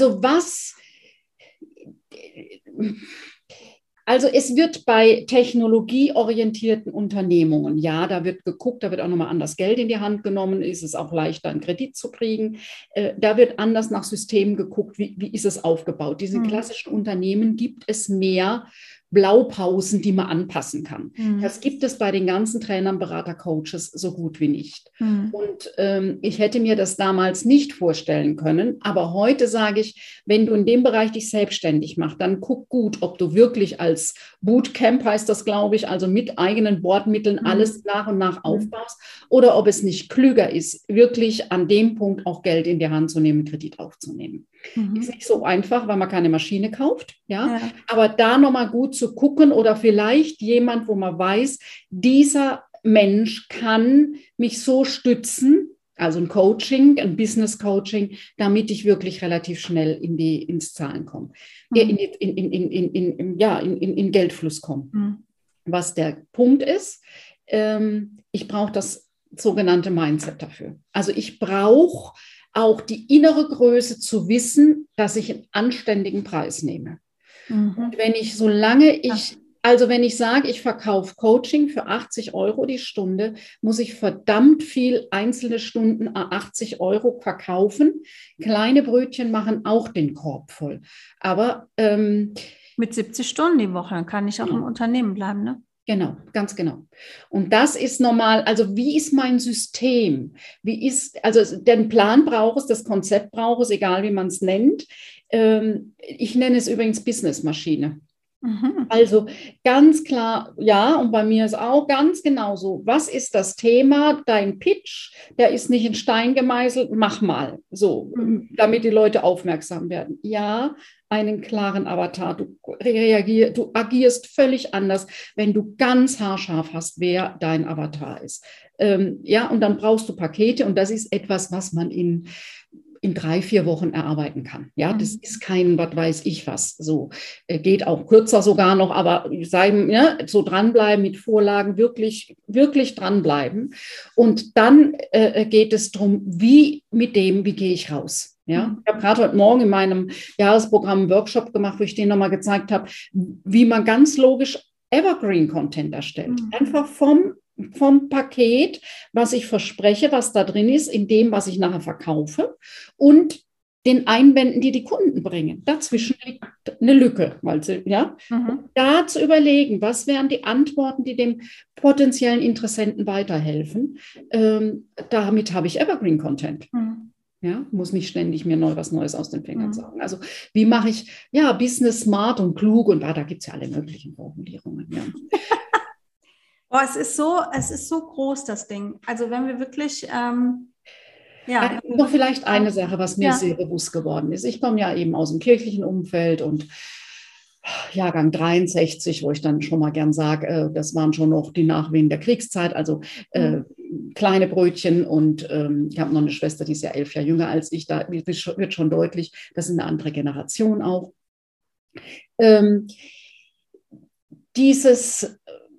also es wird bei technologieorientierten Unternehmungen, ja, da wird geguckt, da wird auch nochmal anders Geld in die Hand genommen, ist es auch leichter, einen Kredit zu kriegen. Da wird anders nach Systemen geguckt, wie ist es aufgebaut. Diese klassischen Unternehmen gibt es mehr, Blaupausen, die man anpassen kann. Das gibt es bei den ganzen Trainern, Berater, Coaches so gut wie nicht. Und ich hätte mir das damals nicht vorstellen können, aber heute sage ich, wenn du in dem Bereich dich selbstständig machst, dann guck gut, ob du wirklich als Bootcamp, heißt das, glaube ich, also mit eigenen Bordmitteln alles nach und nach aufbaust, oder ob es nicht klüger ist, wirklich an dem Punkt auch Geld in die Hand zu nehmen, Kredit aufzunehmen. Ist nicht so einfach, weil man keine Maschine kauft, ja. Aber da nochmal gut zu gucken oder vielleicht jemand, wo man weiß, dieser Mensch kann mich so stützen, also ein Coaching, ein Business-Coaching, damit ich wirklich relativ schnell ins Zahlen komme, in Geldfluss komme. Was der Punkt ist, ich brauche das sogenannte Mindset dafür. Also ich brauche auch die innere Größe zu wissen, dass ich einen anständigen Preis nehme. Und wenn ich sage, ich verkaufe Coaching für 80 Euro die Stunde, muss ich verdammt viel einzelne Stunden à 80 Euro verkaufen. Kleine Brötchen machen auch den Korb voll. Aber
mit 70 Stunden die Woche, dann kann ich auch im Unternehmen bleiben, ne?
Genau, ganz genau. Und das ist normal. Also wie ist mein System? Also den Plan braucht es, das Konzept braucht es, egal wie man es nennt. Ich nenne es übrigens Businessmaschine. Also ganz klar, ja, und bei mir ist auch ganz genau so. Was ist das Thema? Dein Pitch, der ist nicht in Stein gemeißelt, mach mal, so, damit die Leute aufmerksam werden. Ja, einen klaren Avatar. Du agierst völlig anders, wenn du ganz haarscharf hast, wer dein Avatar ist. Ja, und dann brauchst du Pakete, und das ist etwas, was man in 3-4 Wochen erarbeiten kann. Ja, das ist kein, was weiß ich was, so geht auch kürzer sogar noch, aber so dranbleiben mit Vorlagen, wirklich, wirklich dranbleiben. Und dann geht es darum, wie gehe ich raus? Ja, ich habe gerade heute Morgen in meinem Jahresprogramm einen Workshop gemacht, wo ich denen nochmal gezeigt habe, wie man ganz logisch Evergreen-Content erstellt. Einfach vom Paket, was ich verspreche, was da drin ist, in dem, was ich nachher verkaufe, und den Einwänden, die die Kunden bringen. Dazwischen liegt eine Lücke. Da zu überlegen, was wären die Antworten, die dem potenziellen Interessenten weiterhelfen. Damit habe ich Evergreen-Content. Ja, muss nicht ständig mir was Neues aus den Fingern sagen. Also wie mache ich Business smart und klug, und da gibt es ja alle möglichen Formulierungen. Ja.
Boah, es ist so groß, das Ding. Also wenn wir wirklich,
noch vielleicht eine Sache, was mir sehr bewusst geworden ist. Ich komme ja eben aus dem kirchlichen Umfeld und Jahrgang 63, wo ich dann schon mal gern sage, das waren schon noch die Nachwehen der Kriegszeit, also kleine Brötchen, und ich habe noch eine Schwester, die ist ja 11 Jahre jünger als ich, da wird schon deutlich, das ist eine andere Generation auch. Jetzt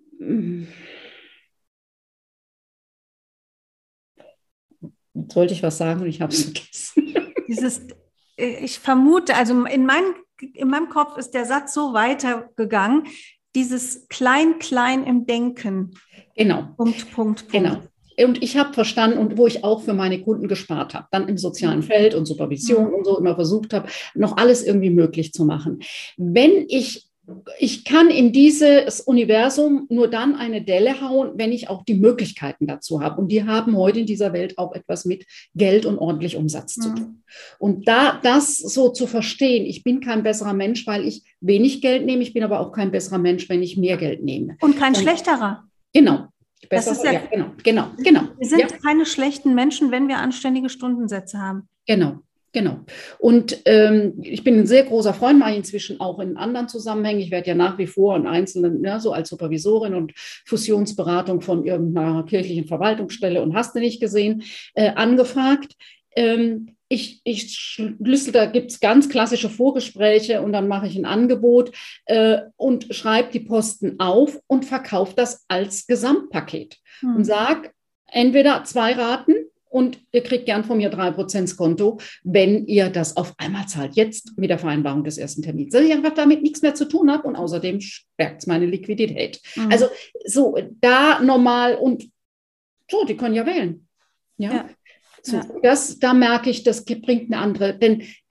wollte ich was sagen und ich habe es vergessen.
Ich vermute, also in meinem Kopf ist der Satz so weitergegangen, dieses Klein im Denken.
Genau.
Punkt.
Genau. Und ich habe verstanden, und wo ich auch für meine Kunden gespart habe, dann im sozialen Feld und Supervision und so immer versucht habe, noch alles irgendwie möglich zu machen. Wenn ich kann in dieses Universum nur dann eine Delle hauen, wenn ich auch die Möglichkeiten dazu habe. Und die haben heute in dieser Welt auch etwas mit Geld und ordentlich Umsatz zu tun. Und das so zu verstehen, ich bin kein besserer Mensch, weil ich wenig Geld nehme, ich bin aber auch kein besserer Mensch, wenn ich mehr Geld nehme.
Und kein schlechterer.
Genau.
Genau. Wir sind keine schlechten Menschen, wenn wir anständige Stundensätze haben.
Genau. Und ich bin ein sehr großer Freund, mache ich inzwischen auch in anderen Zusammenhängen. Ich werde ja nach wie vor in einzelnen, so als Supervisorin und Fusionsberatung von irgendeiner kirchlichen Verwaltungsstelle und hast du nicht gesehen, angefragt. Ich schlüssel, da gibt es ganz klassische Vorgespräche, und dann mache ich ein Angebot und schreibe die Posten auf und verkaufe das als Gesamtpaket und sage, entweder 2 Raten, und ihr kriegt gern von mir 3% Konto, wenn ihr das auf einmal zahlt. Jetzt mit der Vereinbarung des ersten Termins. Dass ich einfach damit nichts mehr zu tun habe, und außerdem stärkt es meine Liquidität. Also so da normal, und so, die können ja wählen. Ja. So, da merke ich, das bringt eine andere, denn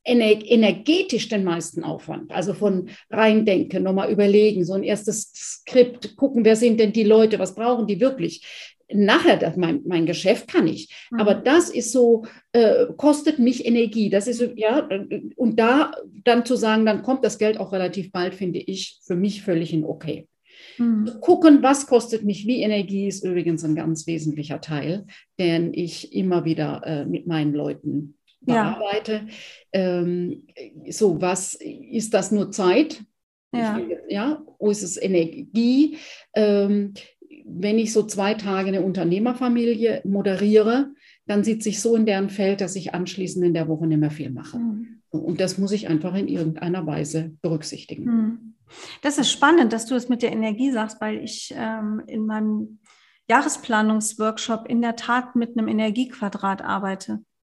energetisch den meisten Aufwand. Also von reindenken, nochmal überlegen, so ein erstes Skript, gucken, wer sind denn die Leute, was brauchen die wirklich. Nachher, mein Geschäft kann ich. Aber das ist so, kostet mich Energie. Das ist, ja, und da dann zu sagen, dann kommt das Geld auch relativ bald, finde ich für mich völlig in okay. Gucken, was kostet mich wie Energie, ist übrigens ein ganz wesentlicher Teil, den ich immer wieder mit meinen Leuten bearbeite. So, was ist das nur Zeit? Wo ist es Energie? Wenn ich so 2 Tage eine Unternehmerfamilie moderiere, dann sitze ich so in deren Feld, dass ich anschließend in der Woche nicht mehr viel mache. Und das muss ich einfach in irgendeiner Weise berücksichtigen.
Das ist spannend, dass du es mit der Energie sagst, weil ich in meinem Jahresplanungsworkshop in der Tat mit einem Energiequadrat arbeite.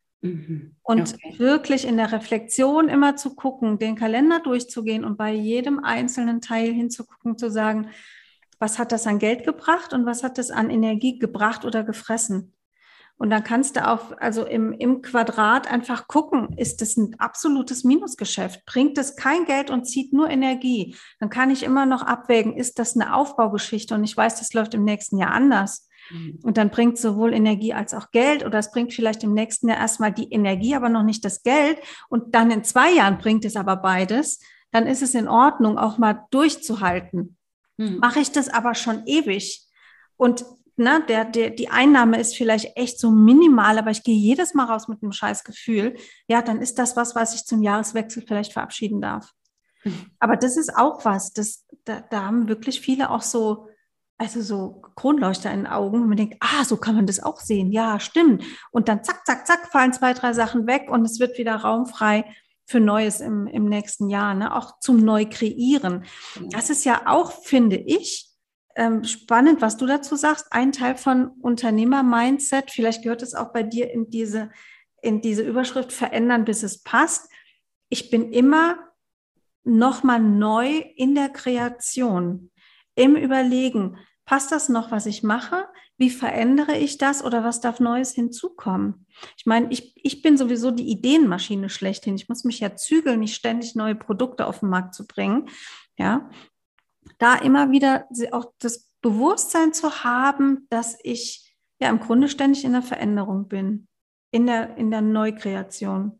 Und wirklich in der Reflexion immer zu gucken, den Kalender durchzugehen und bei jedem einzelnen Teil hinzugucken, zu sagen, was hat das an Geld gebracht und was hat das an Energie gebracht oder gefressen? Und dann kannst du auch, also im Quadrat einfach gucken, ist das ein absolutes Minusgeschäft? Bringt es kein Geld und zieht nur Energie? Dann kann ich immer noch abwägen, ist das eine Aufbaugeschichte und ich weiß, das läuft im nächsten Jahr anders. Und dann bringt es sowohl Energie als auch Geld oder es bringt vielleicht im nächsten Jahr erstmal die Energie, aber noch nicht das Geld und dann in 2 Jahren bringt es aber beides. Dann ist es in Ordnung, auch mal durchzuhalten. Mache ich das aber schon ewig und die Einnahme ist vielleicht echt so minimal, aber ich gehe jedes Mal raus mit einem scheiß Gefühl, ja, dann ist das was ich zum Jahreswechsel vielleicht verabschieden darf. Aber das ist auch was, da haben wirklich viele auch so, also so Kronleuchter in den Augen und man denkt, so kann man das auch sehen, ja, stimmt. Und dann zack, zack, zack, fallen 2, 3 Sachen weg und es wird wieder raumfrei für Neues im nächsten Jahr, ne? Auch zum Neukreieren. Das ist ja auch, finde ich, spannend, was du dazu sagst. Ein Teil von Unternehmer-Mindset, vielleicht gehört es auch bei dir in diese Überschrift verändern, bis es passt. Ich bin immer nochmal neu in der Kreation, im Überlegen, passt das noch, was ich mache? Wie verändere ich das oder was darf Neues hinzukommen? Ich meine, ich bin sowieso die Ideenmaschine schlechthin. Ich muss mich ja zügeln, nicht ständig neue Produkte auf den Markt zu bringen. Ja, da immer wieder auch das Bewusstsein zu haben, dass ich ja im Grunde ständig in der Veränderung bin, in der Neukreation.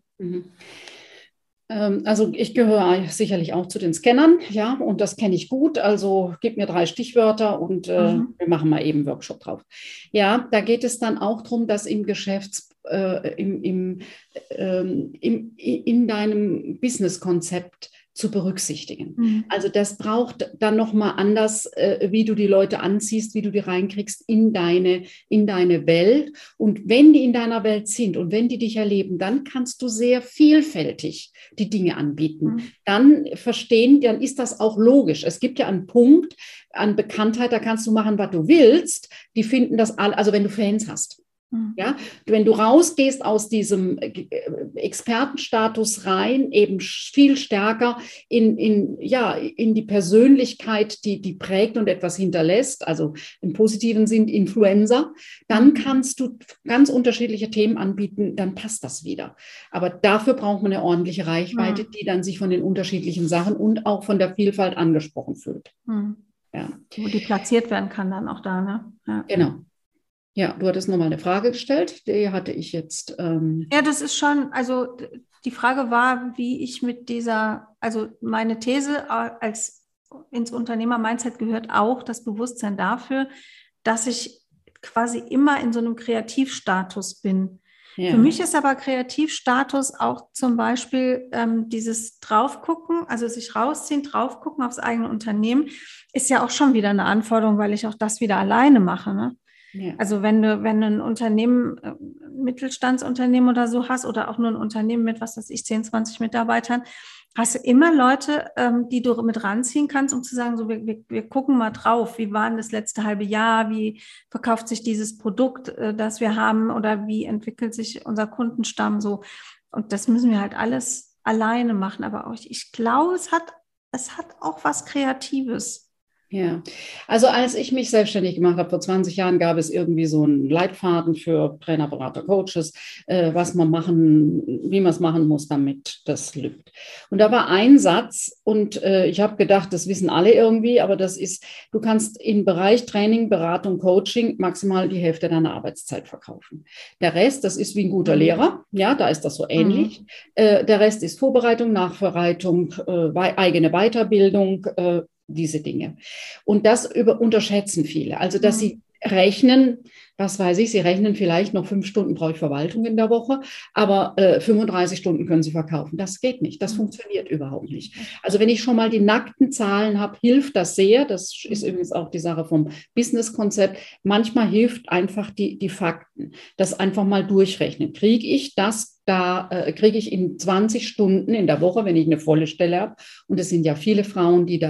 Also ich gehöre sicherlich auch zu den Scannern, ja, und das kenne ich gut. Also gib mir 3 Stichwörter und wir machen mal eben einen Workshop drauf. Ja, da geht es dann auch darum, dass im in deinem Businesskonzept zu berücksichtigen. Also das braucht dann nochmal anders, wie du die Leute anziehst, wie du die reinkriegst in deine Welt. Und wenn die in deiner Welt sind und wenn die dich erleben, dann kannst du sehr vielfältig die Dinge anbieten. Dann ist das auch logisch. Es gibt ja einen Punkt an Bekanntheit, da kannst du machen, was du willst. Die finden das alle, also wenn du Fans hast. Ja, wenn du rausgehst aus diesem Expertenstatus rein, eben viel stärker in die Persönlichkeit, die prägt und etwas hinterlässt, also im positiven Sinn Influencer, dann kannst du ganz unterschiedliche Themen anbieten, dann passt das wieder. Aber dafür braucht man eine ordentliche Reichweite, die dann sich von den unterschiedlichen Sachen und auch von der Vielfalt angesprochen fühlt. Ja.
Wo die platziert werden kann dann auch da, ne? Ja.
Genau. Ja, du hattest nochmal eine Frage gestellt, die hatte ich jetzt.
Ja, das ist schon, also die Frage war, wie ich mit also meine These als ins Unternehmer-Mindset gehört auch das Bewusstsein dafür, dass ich quasi immer in so einem Kreativstatus bin. Ja. Für mich ist aber Kreativstatus auch zum Beispiel dieses Draufgucken, also sich rausziehen, draufgucken aufs eigene Unternehmen, ist ja auch schon wieder eine Anforderung, weil ich auch das wieder alleine mache, ne? Ja. Also wenn du ein Unternehmen, Mittelstandsunternehmen oder so hast oder auch nur ein Unternehmen mit, 10, 20 Mitarbeitern, hast du immer Leute, die du mit ranziehen kannst, um zu sagen, so wir gucken mal drauf, wie war denn das letzte halbe Jahr, wie verkauft sich dieses Produkt, das wir haben oder wie entwickelt sich unser Kundenstamm so. Und das müssen wir halt alles alleine machen. Aber auch, ich glaube, es hat auch was Kreatives.
Ja, also als ich mich selbstständig gemacht habe, vor 20 Jahren, gab es irgendwie so einen Leitfaden für Trainer, Berater, Coaches, was man machen, wie man es machen muss, damit das lübt. Und da war ein Satz und ich habe gedacht, das wissen alle irgendwie, aber das ist, du kannst im Bereich Training, Beratung, Coaching maximal die Hälfte deiner Arbeitszeit verkaufen. Der Rest, das ist wie ein guter Lehrer, ja, da ist das so ähnlich. Der Rest ist Vorbereitung, Nachbereitung, eigene Weiterbildung, diese Dinge. Und das unterschätzen viele. Also, dass sie rechnen, was weiß ich, sie rechnen vielleicht noch 5 Stunden brauche ich Verwaltung in der Woche, aber 35 Stunden können sie verkaufen. Das geht nicht. Das funktioniert überhaupt nicht. Also, wenn ich schon mal die nackten Zahlen habe, hilft das sehr. Das ist übrigens auch die Sache vom Business-Konzept. Manchmal hilft einfach die Fakten. Das einfach mal durchrechnen. Kriege ich das? Kriege ich in 20 Stunden in der Woche, wenn ich eine volle Stelle habe, und es sind ja viele Frauen, die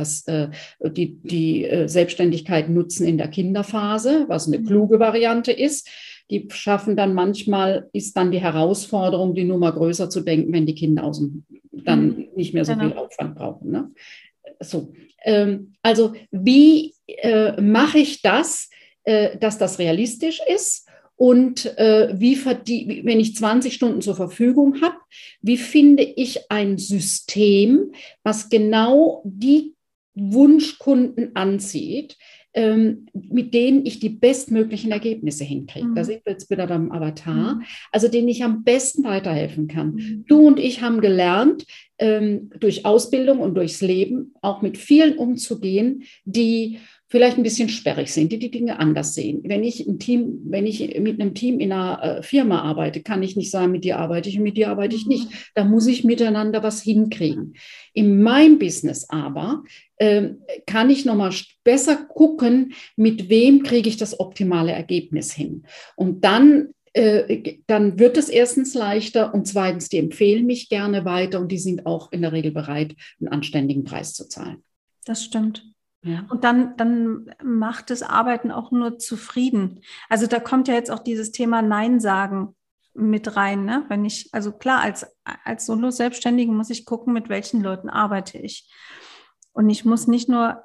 die Selbstständigkeit nutzen in der Kinderphase, was eine kluge Variante ist. Die schaffen dann manchmal, ist dann die Herausforderung, die Nummer größer zu denken, wenn die Kinder dann nicht mehr so viel Aufwand brauchen. Ne? So, also wie mache ich das, dass das realistisch ist? Und wenn ich 20 Stunden zur Verfügung habe, wie finde ich ein System, was genau die Wunschkunden anzieht, mit denen ich die bestmöglichen Ergebnisse hinkriege. Da sind wir jetzt wieder beim Avatar, also denen ich am besten weiterhelfen kann. Du und ich haben gelernt, durch Ausbildung und durchs Leben auch mit vielen umzugehen, die vielleicht ein bisschen sperrig sind, die Dinge anders sehen. Wenn ich mit einem Team in einer Firma arbeite, kann ich nicht sagen, mit dir arbeite ich und mit dir arbeite ich nicht. Da muss ich miteinander was hinkriegen. In meinem Business aber kann ich nochmal besser gucken, mit wem kriege ich das optimale Ergebnis hin. Und dann wird es erstens leichter und zweitens, die empfehlen mich gerne weiter und die sind auch in der Regel bereit, einen anständigen Preis zu zahlen.
Das stimmt. Ja. Und dann macht das Arbeiten auch nur zufrieden. Also da kommt ja jetzt auch dieses Thema Nein sagen mit rein. Ne? Also klar, als Solo-Selbstständige muss ich gucken, mit welchen Leuten arbeite ich. Und ich muss nicht nur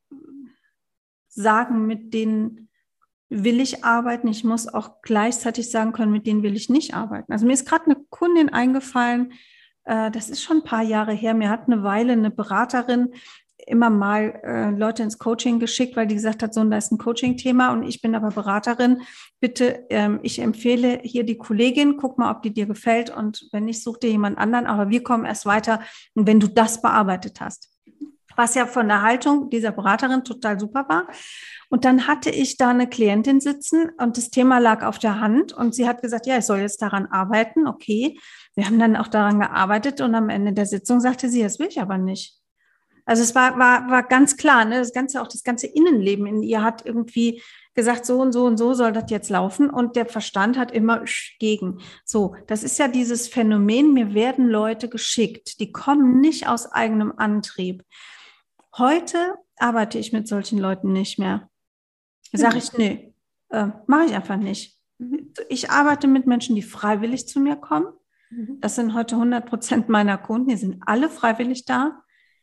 sagen, mit denen will ich arbeiten, ich muss auch gleichzeitig sagen können, mit denen will ich nicht arbeiten. Also mir ist gerade eine Kundin eingefallen, das ist schon ein paar Jahre her, mir hat eine Weile eine Beraterin immer mal Leute ins Coaching geschickt, weil die gesagt hat, so, da ist ein Coaching-Thema und ich bin aber Beraterin. Bitte, ich empfehle hier die Kollegin, guck mal, ob die dir gefällt und wenn nicht, such dir jemand anderen, aber wir kommen erst weiter, wenn du das bearbeitet hast. Was ja von der Haltung dieser Beraterin total super war. Und dann hatte ich da eine Klientin sitzen und das Thema lag auf der Hand und sie hat gesagt, ja, ich soll jetzt daran arbeiten. Okay, wir haben dann auch daran gearbeitet und am Ende der Sitzung sagte sie, das will ich aber nicht. Also es war ganz klar, ne? Das ganze Innenleben in ihr hat irgendwie gesagt, so und so und so soll das jetzt laufen und der Verstand hat immer gegen. So, das ist ja dieses Phänomen, mir werden Leute geschickt, die kommen nicht aus eigenem Antrieb. Heute arbeite ich mit solchen Leuten nicht mehr. Sage ich, nee, mache ich einfach nicht. Ich arbeite mit Menschen, die freiwillig zu mir kommen. Das sind heute 100% meiner Kunden, die sind alle freiwillig da.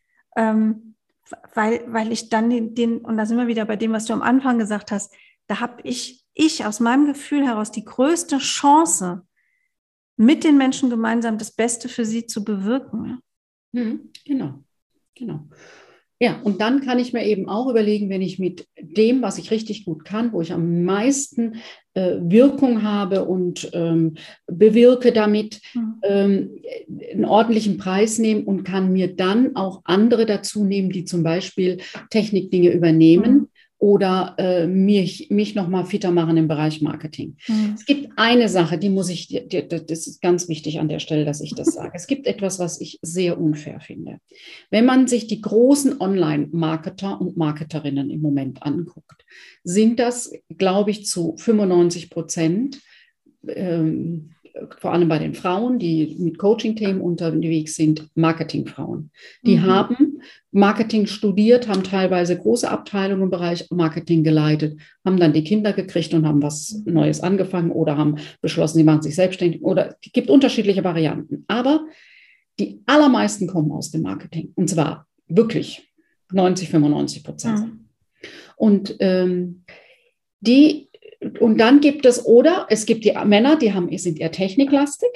Weil ich dann und da sind wir wieder bei dem, was du am Anfang gesagt hast, da habe ich aus meinem Gefühl heraus die größte Chance, mit den Menschen gemeinsam das Beste für sie zu bewirken.
Genau. Ja, und dann kann ich mir eben auch überlegen, wenn ich mit dem, was ich richtig gut kann, wo ich am meisten Wirkung habe und bewirke damit, einen ordentlichen Preis nehmen und kann mir dann auch andere dazu nehmen, die zum Beispiel Technikdinge übernehmen oder mich noch mal fitter machen im Bereich Marketing. Es gibt eine Sache, das ist ganz wichtig an der Stelle, dass ich das sage. Es gibt etwas, was ich sehr unfair finde. Wenn man sich die großen Online-Marketer und Marketerinnen im Moment anguckt, sind das, glaube ich, zu 95%, vor allem bei den Frauen, die mit Coaching-Themen unterwegs sind, Marketingfrauen. Die haben Marketing studiert, haben teilweise große Abteilungen im Bereich Marketing geleitet, haben dann die Kinder gekriegt und haben was Neues angefangen oder haben beschlossen, sie machen sich selbstständig. Oder es gibt unterschiedliche Varianten. Aber die allermeisten kommen aus dem Marketing. Und zwar wirklich 95%. Und und dann gibt es, oder es gibt die Männer, sind eher techniklastig,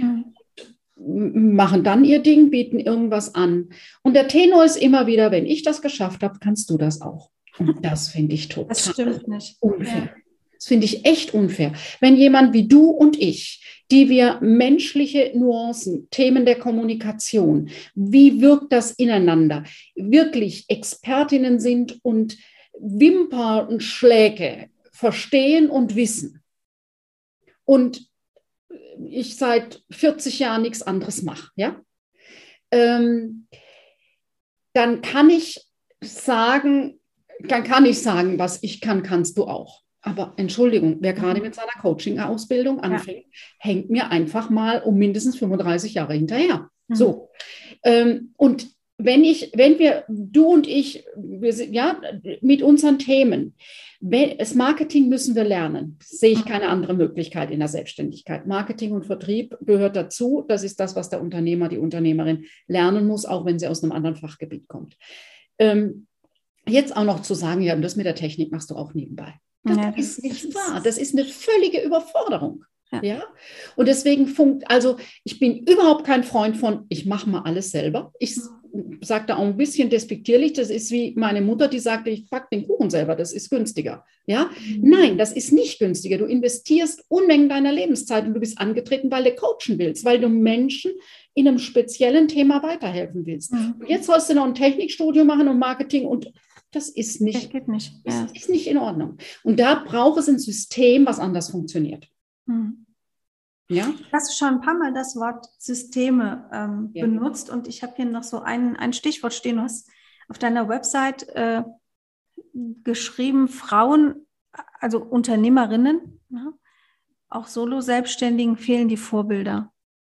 machen dann ihr Ding, bieten irgendwas an. Und der Tenor ist immer wieder, wenn ich das geschafft habe, kannst du das auch. Und das finde ich total
Das stimmt nicht.
unfair.
Ja.
Das finde ich echt unfair. Wenn jemand wie du und ich, die wir menschliche Nuancen, Themen der Kommunikation, wie wirkt das ineinander, wirklich Expertinnen sind und Wimpernschläge verstehen und wissen. Und ich seit 40 Jahren nichts anderes mache, ja? Dann kann ich sagen, was ich kann, kannst du auch. Aber Entschuldigung, wer gerade mit seiner Coaching-Ausbildung anfängt, hängt mir einfach mal um mindestens 35 Jahre hinterher. So. Und du und ich, wir sind, ja, mit unseren Themen, das Marketing müssen wir lernen. Sehe ich keine andere Möglichkeit in der Selbstständigkeit. Marketing und Vertrieb gehört dazu. Das ist das, was der Unternehmer, die Unternehmerin lernen muss, auch wenn sie aus einem anderen Fachgebiet kommt. Jetzt auch noch zu sagen, ja, das mit der Technik machst du auch nebenbei. Das ist nicht wahr. Das ist eine völlige Überforderung. Ja? Und deswegen ich bin überhaupt kein Freund von, ich mache mal alles selber. Ich sage da auch ein bisschen despektierlich, das ist wie meine Mutter, die sagte, ich backe den Kuchen selber, das ist günstiger. Ja? Nein, das ist nicht günstiger. Du investierst Unmengen deiner Lebenszeit und du bist angetreten, weil du coachen willst, weil du Menschen in einem speziellen Thema weiterhelfen willst. Und jetzt sollst du noch ein Technikstudium machen und Marketing und das ist nicht, das ist nicht in Ordnung. Und da braucht es ein System, was anders funktioniert. Ja?
Hast du schon ein paar Mal das Wort Systeme benutzt und ich habe hier noch so ein Stichwort stehen. Du hast auf deiner Website geschrieben, Frauen, also Unternehmerinnen, auch Solo-Selbstständigen fehlen die Vorbilder.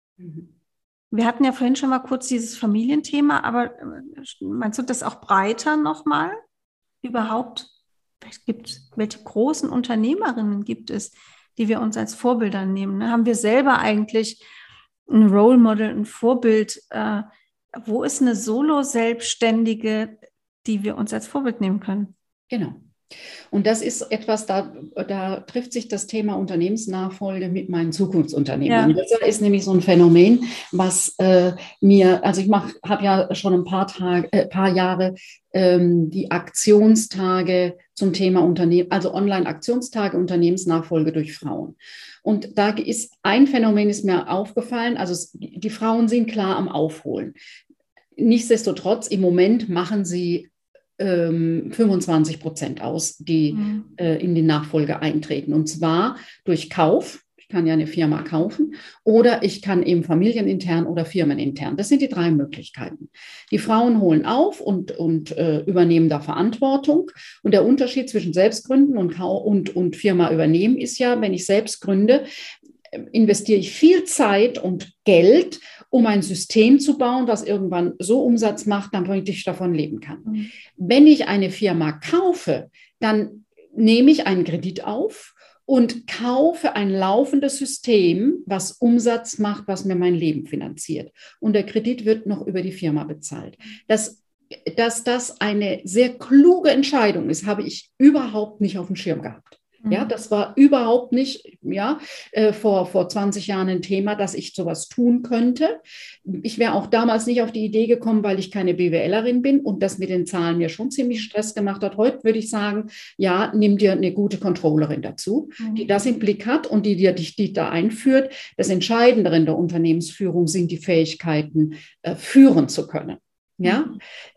Wir hatten ja vorhin schon mal kurz dieses Familienthema, aber meinst du das auch breiter nochmal? Überhaupt, welche großen Unternehmerinnen gibt es, die wir uns als Vorbilder nehmen? Ne? Haben wir selber eigentlich ein Role Model, ein Vorbild? Wo ist eine Solo-Selbstständige, die wir uns als Vorbild nehmen können?
Genau. Und das ist etwas, da trifft sich das Thema Unternehmensnachfolge mit meinen Zukunftsunternehmern. Ja. Das ist nämlich so ein Phänomen, was ich habe ja schon ein paar Jahre die Aktionstage zum Thema also Online-Aktionstage Unternehmensnachfolge durch Frauen. Und da ist ein Phänomen, ist mir aufgefallen, also die Frauen sind klar am Aufholen. Nichtsdestotrotz, im Moment machen sie 25% aus, die in die Nachfolge eintreten. Und zwar durch Kauf. Ich kann ja eine Firma kaufen oder ich kann eben familienintern oder firmenintern. Das sind die 3 Möglichkeiten. Die Frauen holen auf und übernehmen da Verantwortung. Und der Unterschied zwischen Selbstgründen und Firma übernehmen ist ja, wenn ich selbst gründe, investiere ich viel Zeit und Geld, um ein System zu bauen, das irgendwann so Umsatz macht, damit ich davon leben kann. Wenn ich eine Firma kaufe, dann nehme ich einen Kredit auf und kaufe ein laufendes System, was Umsatz macht, was mir mein Leben finanziert. Und der Kredit wird noch über die Firma bezahlt. Dass das eine sehr kluge Entscheidung ist, habe ich überhaupt nicht auf dem Schirm gehabt. Ja, das war überhaupt nicht vor 20 Jahren ein Thema, dass ich sowas tun könnte. Ich wäre auch damals nicht auf die Idee gekommen, weil ich keine BWLerin bin und das mit den Zahlen mir schon ziemlich Stress gemacht hat. Heute würde ich sagen, ja, nimm dir eine gute Controllerin dazu, die das im Blick hat und die dich da einführt. Das Entscheidende in der Unternehmensführung sind die Fähigkeiten, führen zu können. Ja,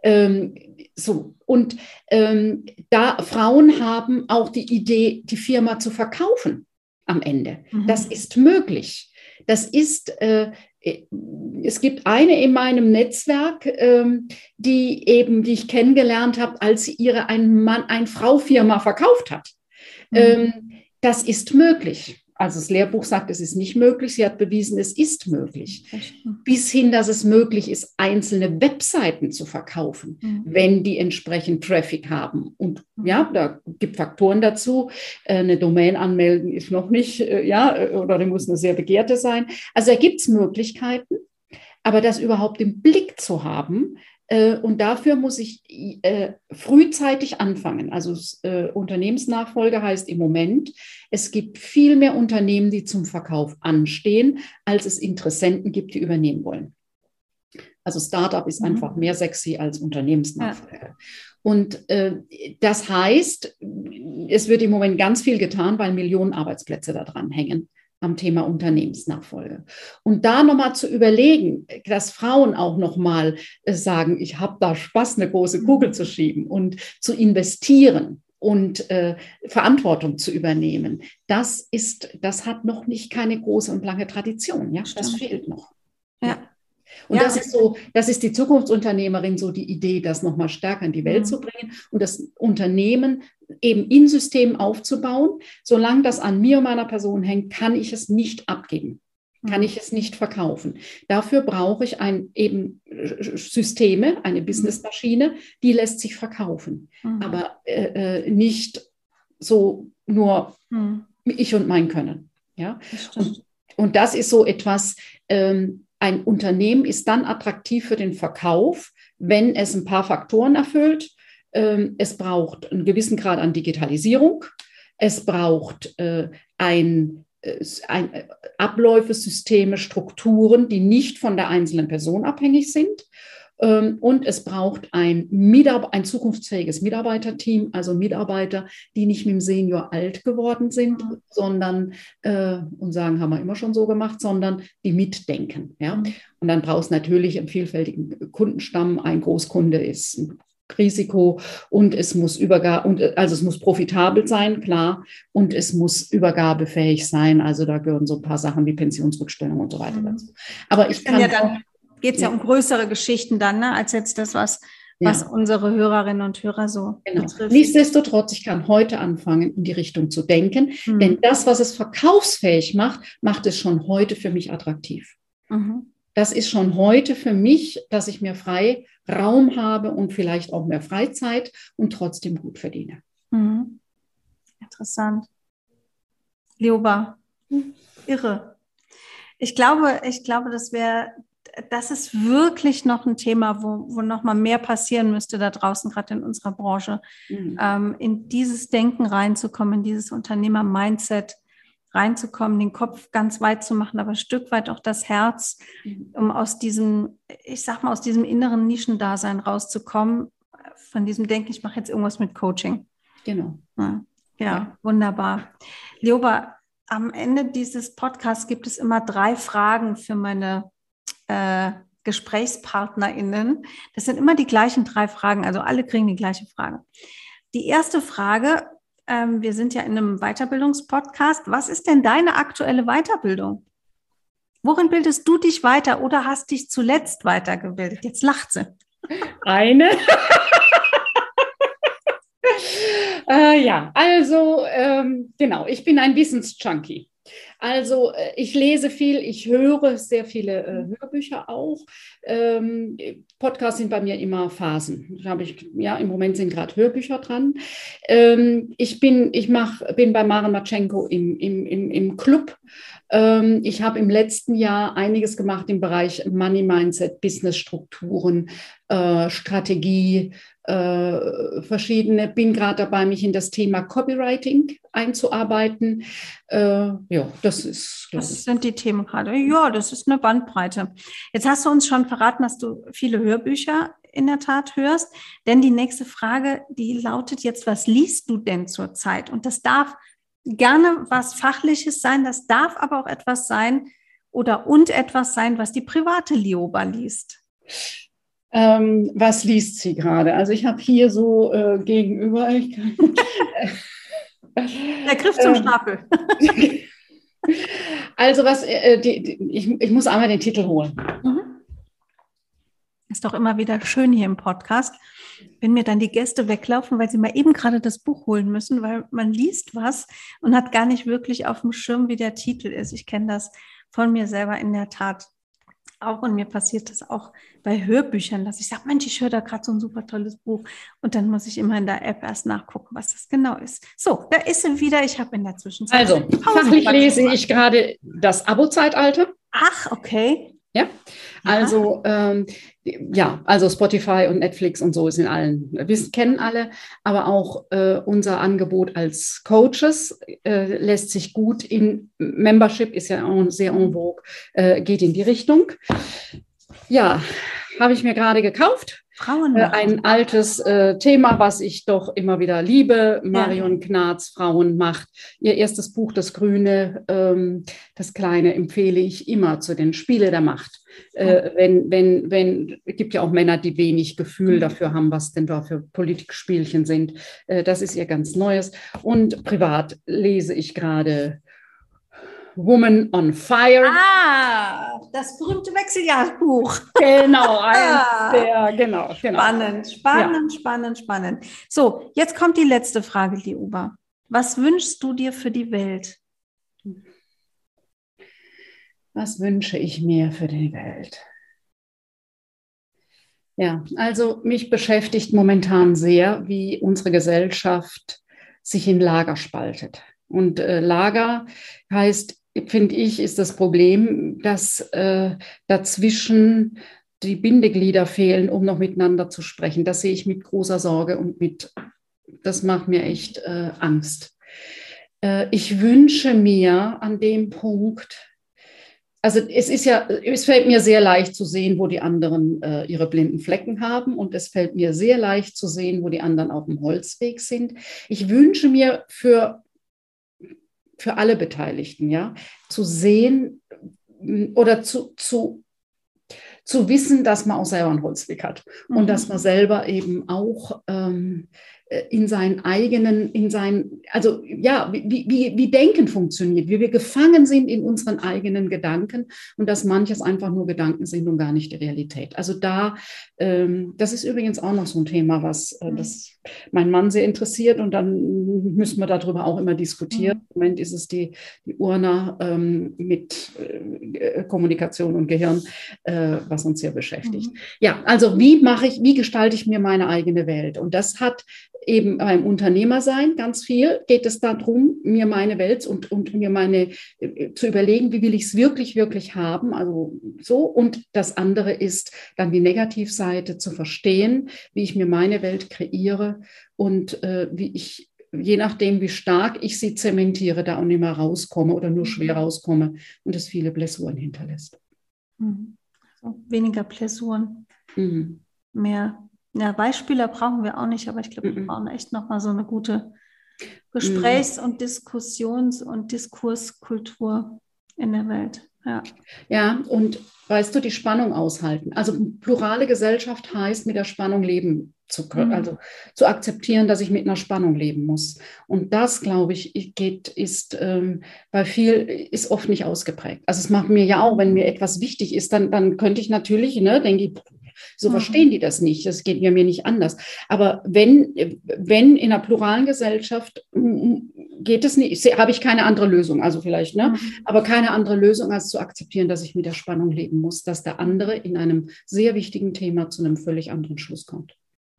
und da Frauen haben auch die Idee, die Firma zu verkaufen am Ende. Das ist möglich. Es gibt eine in meinem Netzwerk, die ich kennengelernt habe, als sie ihre Ein-Frau-Firma verkauft hat. Das ist möglich. Also das Lehrbuch sagt, es ist nicht möglich. Sie hat bewiesen, es ist möglich. Bis hin, dass es möglich ist, einzelne Webseiten zu verkaufen, wenn die entsprechend Traffic haben. Und ja, da gibt Faktoren dazu. Eine Domain anmelden ist noch nicht, oder die muss eine sehr begehrte sein. Also da gibt es Möglichkeiten. Aber das überhaupt im Blick zu haben, Und dafür muss ich frühzeitig anfangen. Also Unternehmensnachfolge heißt im Moment, es gibt viel mehr Unternehmen, die zum Verkauf anstehen, als es Interessenten gibt, die übernehmen wollen. Also Startup ist einfach mehr sexy als Unternehmensnachfolge. Ja. Und das heißt, es wird im Moment ganz viel getan, weil Millionen Arbeitsplätze da dran hängen am Thema Unternehmensnachfolge. Und da nochmal zu überlegen, dass Frauen auch nochmal sagen, ich habe da Spaß, eine große Kugel zu schieben und zu investieren und Verantwortung zu übernehmen, das hat noch nicht keine große und lange Tradition. Ja? Das fehlt noch. Ja. Und das ist die Zukunftsunternehmerin, so die Idee, das nochmal stärker in die Welt zu bringen und das Unternehmen eben in Systemen aufzubauen. Solange das an mir und meiner Person hängt, kann ich es nicht abgeben, kann ich es nicht verkaufen. Dafür brauche ich eben Systeme, eine Businessmaschine, die lässt sich verkaufen, aber nicht so nur ich und mein Können. Ja? Und das ist so etwas, ein Unternehmen ist dann attraktiv für den Verkauf, wenn es ein paar Faktoren erfüllt. Es braucht einen gewissen Grad an Digitalisierung. Es braucht Abläufe, Systeme, Strukturen, die nicht von der einzelnen Person abhängig sind. Und es braucht ein zukunftsfähiges Mitarbeiterteam, also Mitarbeiter, die nicht mit dem Senior alt geworden sind, sondern und sagen, haben wir immer schon so gemacht, sondern die mitdenken. Ja? Und dann braucht es natürlich einen vielfältigen Kundenstamm. Ein Großkunde ist ein Risiko und es muss es muss profitabel sein, klar, und es muss übergabefähig sein. Also da gehören so ein paar Sachen wie Pensionsrückstellung und so weiter dazu. Aber ich kann
geht es ja um größere Geschichten dann, ne, als jetzt das, was unsere Hörerinnen und Hörer so betrifft.
Nichtsdestotrotz, ich kann heute anfangen, in die Richtung zu denken, denn das, was es verkaufsfähig macht, macht es schon heute für mich attraktiv. Das ist schon heute für mich, dass ich mehr Freiraum habe und vielleicht auch mehr Freizeit und trotzdem gut verdiene.
Interessant. Lioba, irre. Ich glaube, das ist wirklich noch ein Thema, wo noch mal mehr passieren müsste da draußen, gerade in unserer Branche, in dieses Denken reinzukommen, in dieses Unternehmer-Mindset reinzukommen, den Kopf ganz weit zu machen, aber ein Stück weit auch das Herz, um aus diesem, aus diesem inneren Nischendasein rauszukommen, von diesem Denken, ich mache jetzt irgendwas mit Coaching.
Genau.
Ja, wunderbar. Lioba, am Ende dieses Podcasts gibt es immer 3 Fragen für meine GesprächspartnerInnen. Das sind immer die gleichen 3 Fragen, also alle kriegen die gleiche Frage. Die erste Frage, wir sind ja in einem Weiterbildungspodcast. Was ist denn deine aktuelle Weiterbildung? Worin bildest du dich weiter oder hast dich zuletzt weitergebildet? Jetzt lacht sie.
Eine. Genau, ich bin ein Wissensjunkie. Also ich lese viel, ich höre sehr viele Hörbücher auch. Podcasts sind bei mir immer Phasen. Im Moment sind gerade Hörbücher dran. Ich bin bei Maren Matschenko im Club. Ich habe im letzten Jahr einiges gemacht im Bereich Money Mindset, Business-Strukturen, Strategie, bin gerade dabei, mich in das Thema Copywriting einzuarbeiten. Das
sind die Themen gerade. Ja, das ist eine Bandbreite. Jetzt hast du uns schon verraten, dass du viele Hörbücher in der Tat hörst. Denn die nächste Frage, die lautet jetzt, was liest du denn zurzeit? Und das darf gerne was Fachliches sein, das darf aber auch etwas sein etwas sein, was die private Lioba liest.
Was liest sie gerade? Also ich habe hier so gegenüber.
Der Griff zum Stapel.
Also ich muss einmal den Titel holen.
Ist doch immer wieder schön hier im Podcast, wenn mir dann die Gäste weglaufen, weil sie mal eben gerade das Buch holen müssen, weil man liest was und hat gar nicht wirklich auf dem Schirm, wie der Titel ist. Ich kenne das von mir selber in der Tat auch und mir passiert das auch bei Hörbüchern, dass ich sage, Mensch, ich höre da gerade so ein super tolles Buch und dann muss ich immer in der App erst nachgucken, was das genau ist. So, da ist sie wieder. Ich habe in der Zwischenzeit
fachlich lese ich gerade das Abo-Zeitalter.
Ach, okay.
Ja, also also Spotify und Netflix und so ist in allen, wir kennen alle, aber auch unser Angebot als Coaches lässt sich gut in Membership, ist ja auch sehr en vogue, geht in die Richtung. Ja, habe ich mir gerade gekauft.
Frauenmacht.
Ein altes Thema, was ich doch immer wieder liebe. Marion Knarz, Frauenmacht. Ihr erstes Buch, Das Grüne, das Kleine, empfehle ich immer zu den Spiele der Macht. Es gibt ja auch Männer, die wenig Gefühl dafür haben, was denn da für Politikspielchen sind. Das ist ihr ganz Neues. Und privat lese ich gerade Woman on Fire.
Das berühmte Wechseljahrsbuch.
Genau, genau.
Spannend. So, jetzt kommt die letzte Frage, Liuba. Was wünschst du dir für die Welt?
Was wünsche ich mir für die Welt? Ja, also mich beschäftigt momentan sehr, wie unsere Gesellschaft sich in Lager spaltet. Und Lager heißt, finde ich, ist das Problem, dass dazwischen die Bindeglieder fehlen, um noch miteinander zu sprechen. Das sehe ich mit großer Sorge und das macht mir echt Angst. Ich wünsche mir an dem Punkt, also es fällt mir sehr leicht zu sehen, wo die anderen ihre blinden Flecken haben, und es fällt mir sehr leicht zu sehen, wo die anderen auf dem Holzweg sind. Ich wünsche mir für alle Beteiligten, ja, zu sehen oder zu wissen, dass man auch selber einen Holzweg hat und dass man selber eben auch wie Denken funktioniert, wie wir gefangen sind in unseren eigenen Gedanken und dass manches einfach nur Gedanken sind und gar nicht die Realität. Also das ist übrigens auch noch so ein Thema, was das mein Mann sehr interessiert, und dann müssen wir darüber auch immer diskutieren. Im Moment ist es die Urna mit Kommunikation und Gehirn, was uns sehr beschäftigt. Ja, also wie gestalte ich mir meine eigene Welt? Und das hat eben beim Unternehmersein ganz viel, geht es darum, mir meine Welt und mir zu überlegen, wie will ich es wirklich, wirklich haben, also so. Und das andere ist dann die Negativseite, zu verstehen, wie ich mir meine Welt kreiere und wie ich, je nachdem, wie stark ich sie zementiere, da auch nicht mehr rauskomme oder nur schwer rauskomme und es viele Blessuren hinterlässt.
Also weniger Blessuren, mehr. Ja, Beispiele brauchen wir auch nicht, aber ich glaube, wir brauchen echt nochmal so eine gute Gesprächs- und Diskussions- und Diskurskultur in der Welt.
Ja, und weißt du, die Spannung aushalten. Also plurale Gesellschaft heißt, mit der Spannung leben zu können, also zu akzeptieren, dass ich mit einer Spannung leben muss. Und das, glaube ich, ist bei viel ist oft nicht ausgeprägt. Also es macht mir ja auch, wenn mir etwas wichtig ist, dann könnte ich natürlich, denke ich, so verstehen die das nicht. Das geht mir nicht anders. Aber wenn in einer pluralen Gesellschaft geht es nicht, habe ich keine andere Lösung, also vielleicht, aber keine andere Lösung, als zu akzeptieren, dass ich mit der Spannung leben muss, dass der andere in einem sehr wichtigen Thema zu einem völlig anderen Schluss kommt.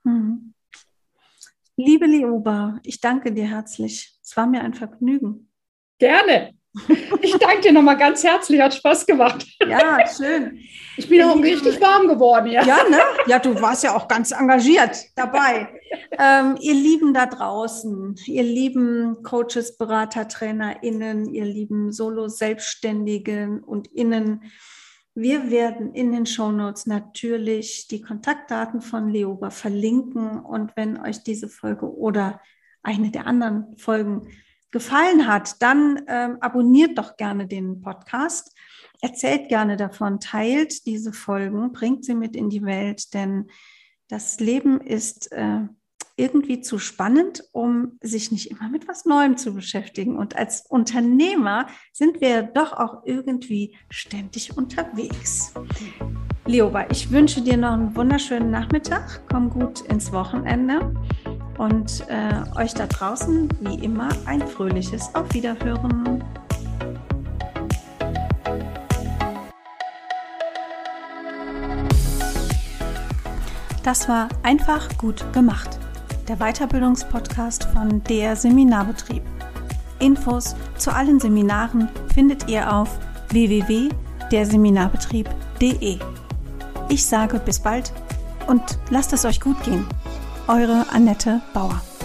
Liebe Liuba, ich danke dir herzlich. Es war mir ein Vergnügen.
Gerne. Ich danke dir nochmal ganz herzlich, hat Spaß gemacht.
Ja, schön.
Ich bin auch richtig warm geworden. Ja,
ne? Ja, du warst ja auch ganz engagiert dabei. Ihr Lieben da draußen, ihr lieben Coaches, Berater, TrainerInnen, ihr lieben Solo-Selbstständigen und Innen, wir werden in den Shownotes natürlich die Kontaktdaten von Liuba verlinken, und wenn euch diese Folge oder eine der anderen Folgen gefallen hat, dann abonniert doch gerne den Podcast, erzählt gerne davon, teilt diese Folgen, bringt sie mit in die Welt, denn das Leben ist irgendwie zu spannend, um sich nicht immer mit was Neuem zu beschäftigen. Und als Unternehmer sind wir doch auch irgendwie ständig unterwegs. Liuba, ich wünsche dir noch einen wunderschönen Nachmittag, komm gut ins Wochenende. Und euch da draußen, wie immer, ein fröhliches Auf Wiederhören. Das war einfach gut gemacht. Der Weiterbildungspodcast von der Seminarbetrieb. Infos zu allen Seminaren findet ihr auf www.derseminarbetrieb.de. annette.bauer.de. Ich sage bis bald und lasst es euch gut gehen. Eure Annette Bauer.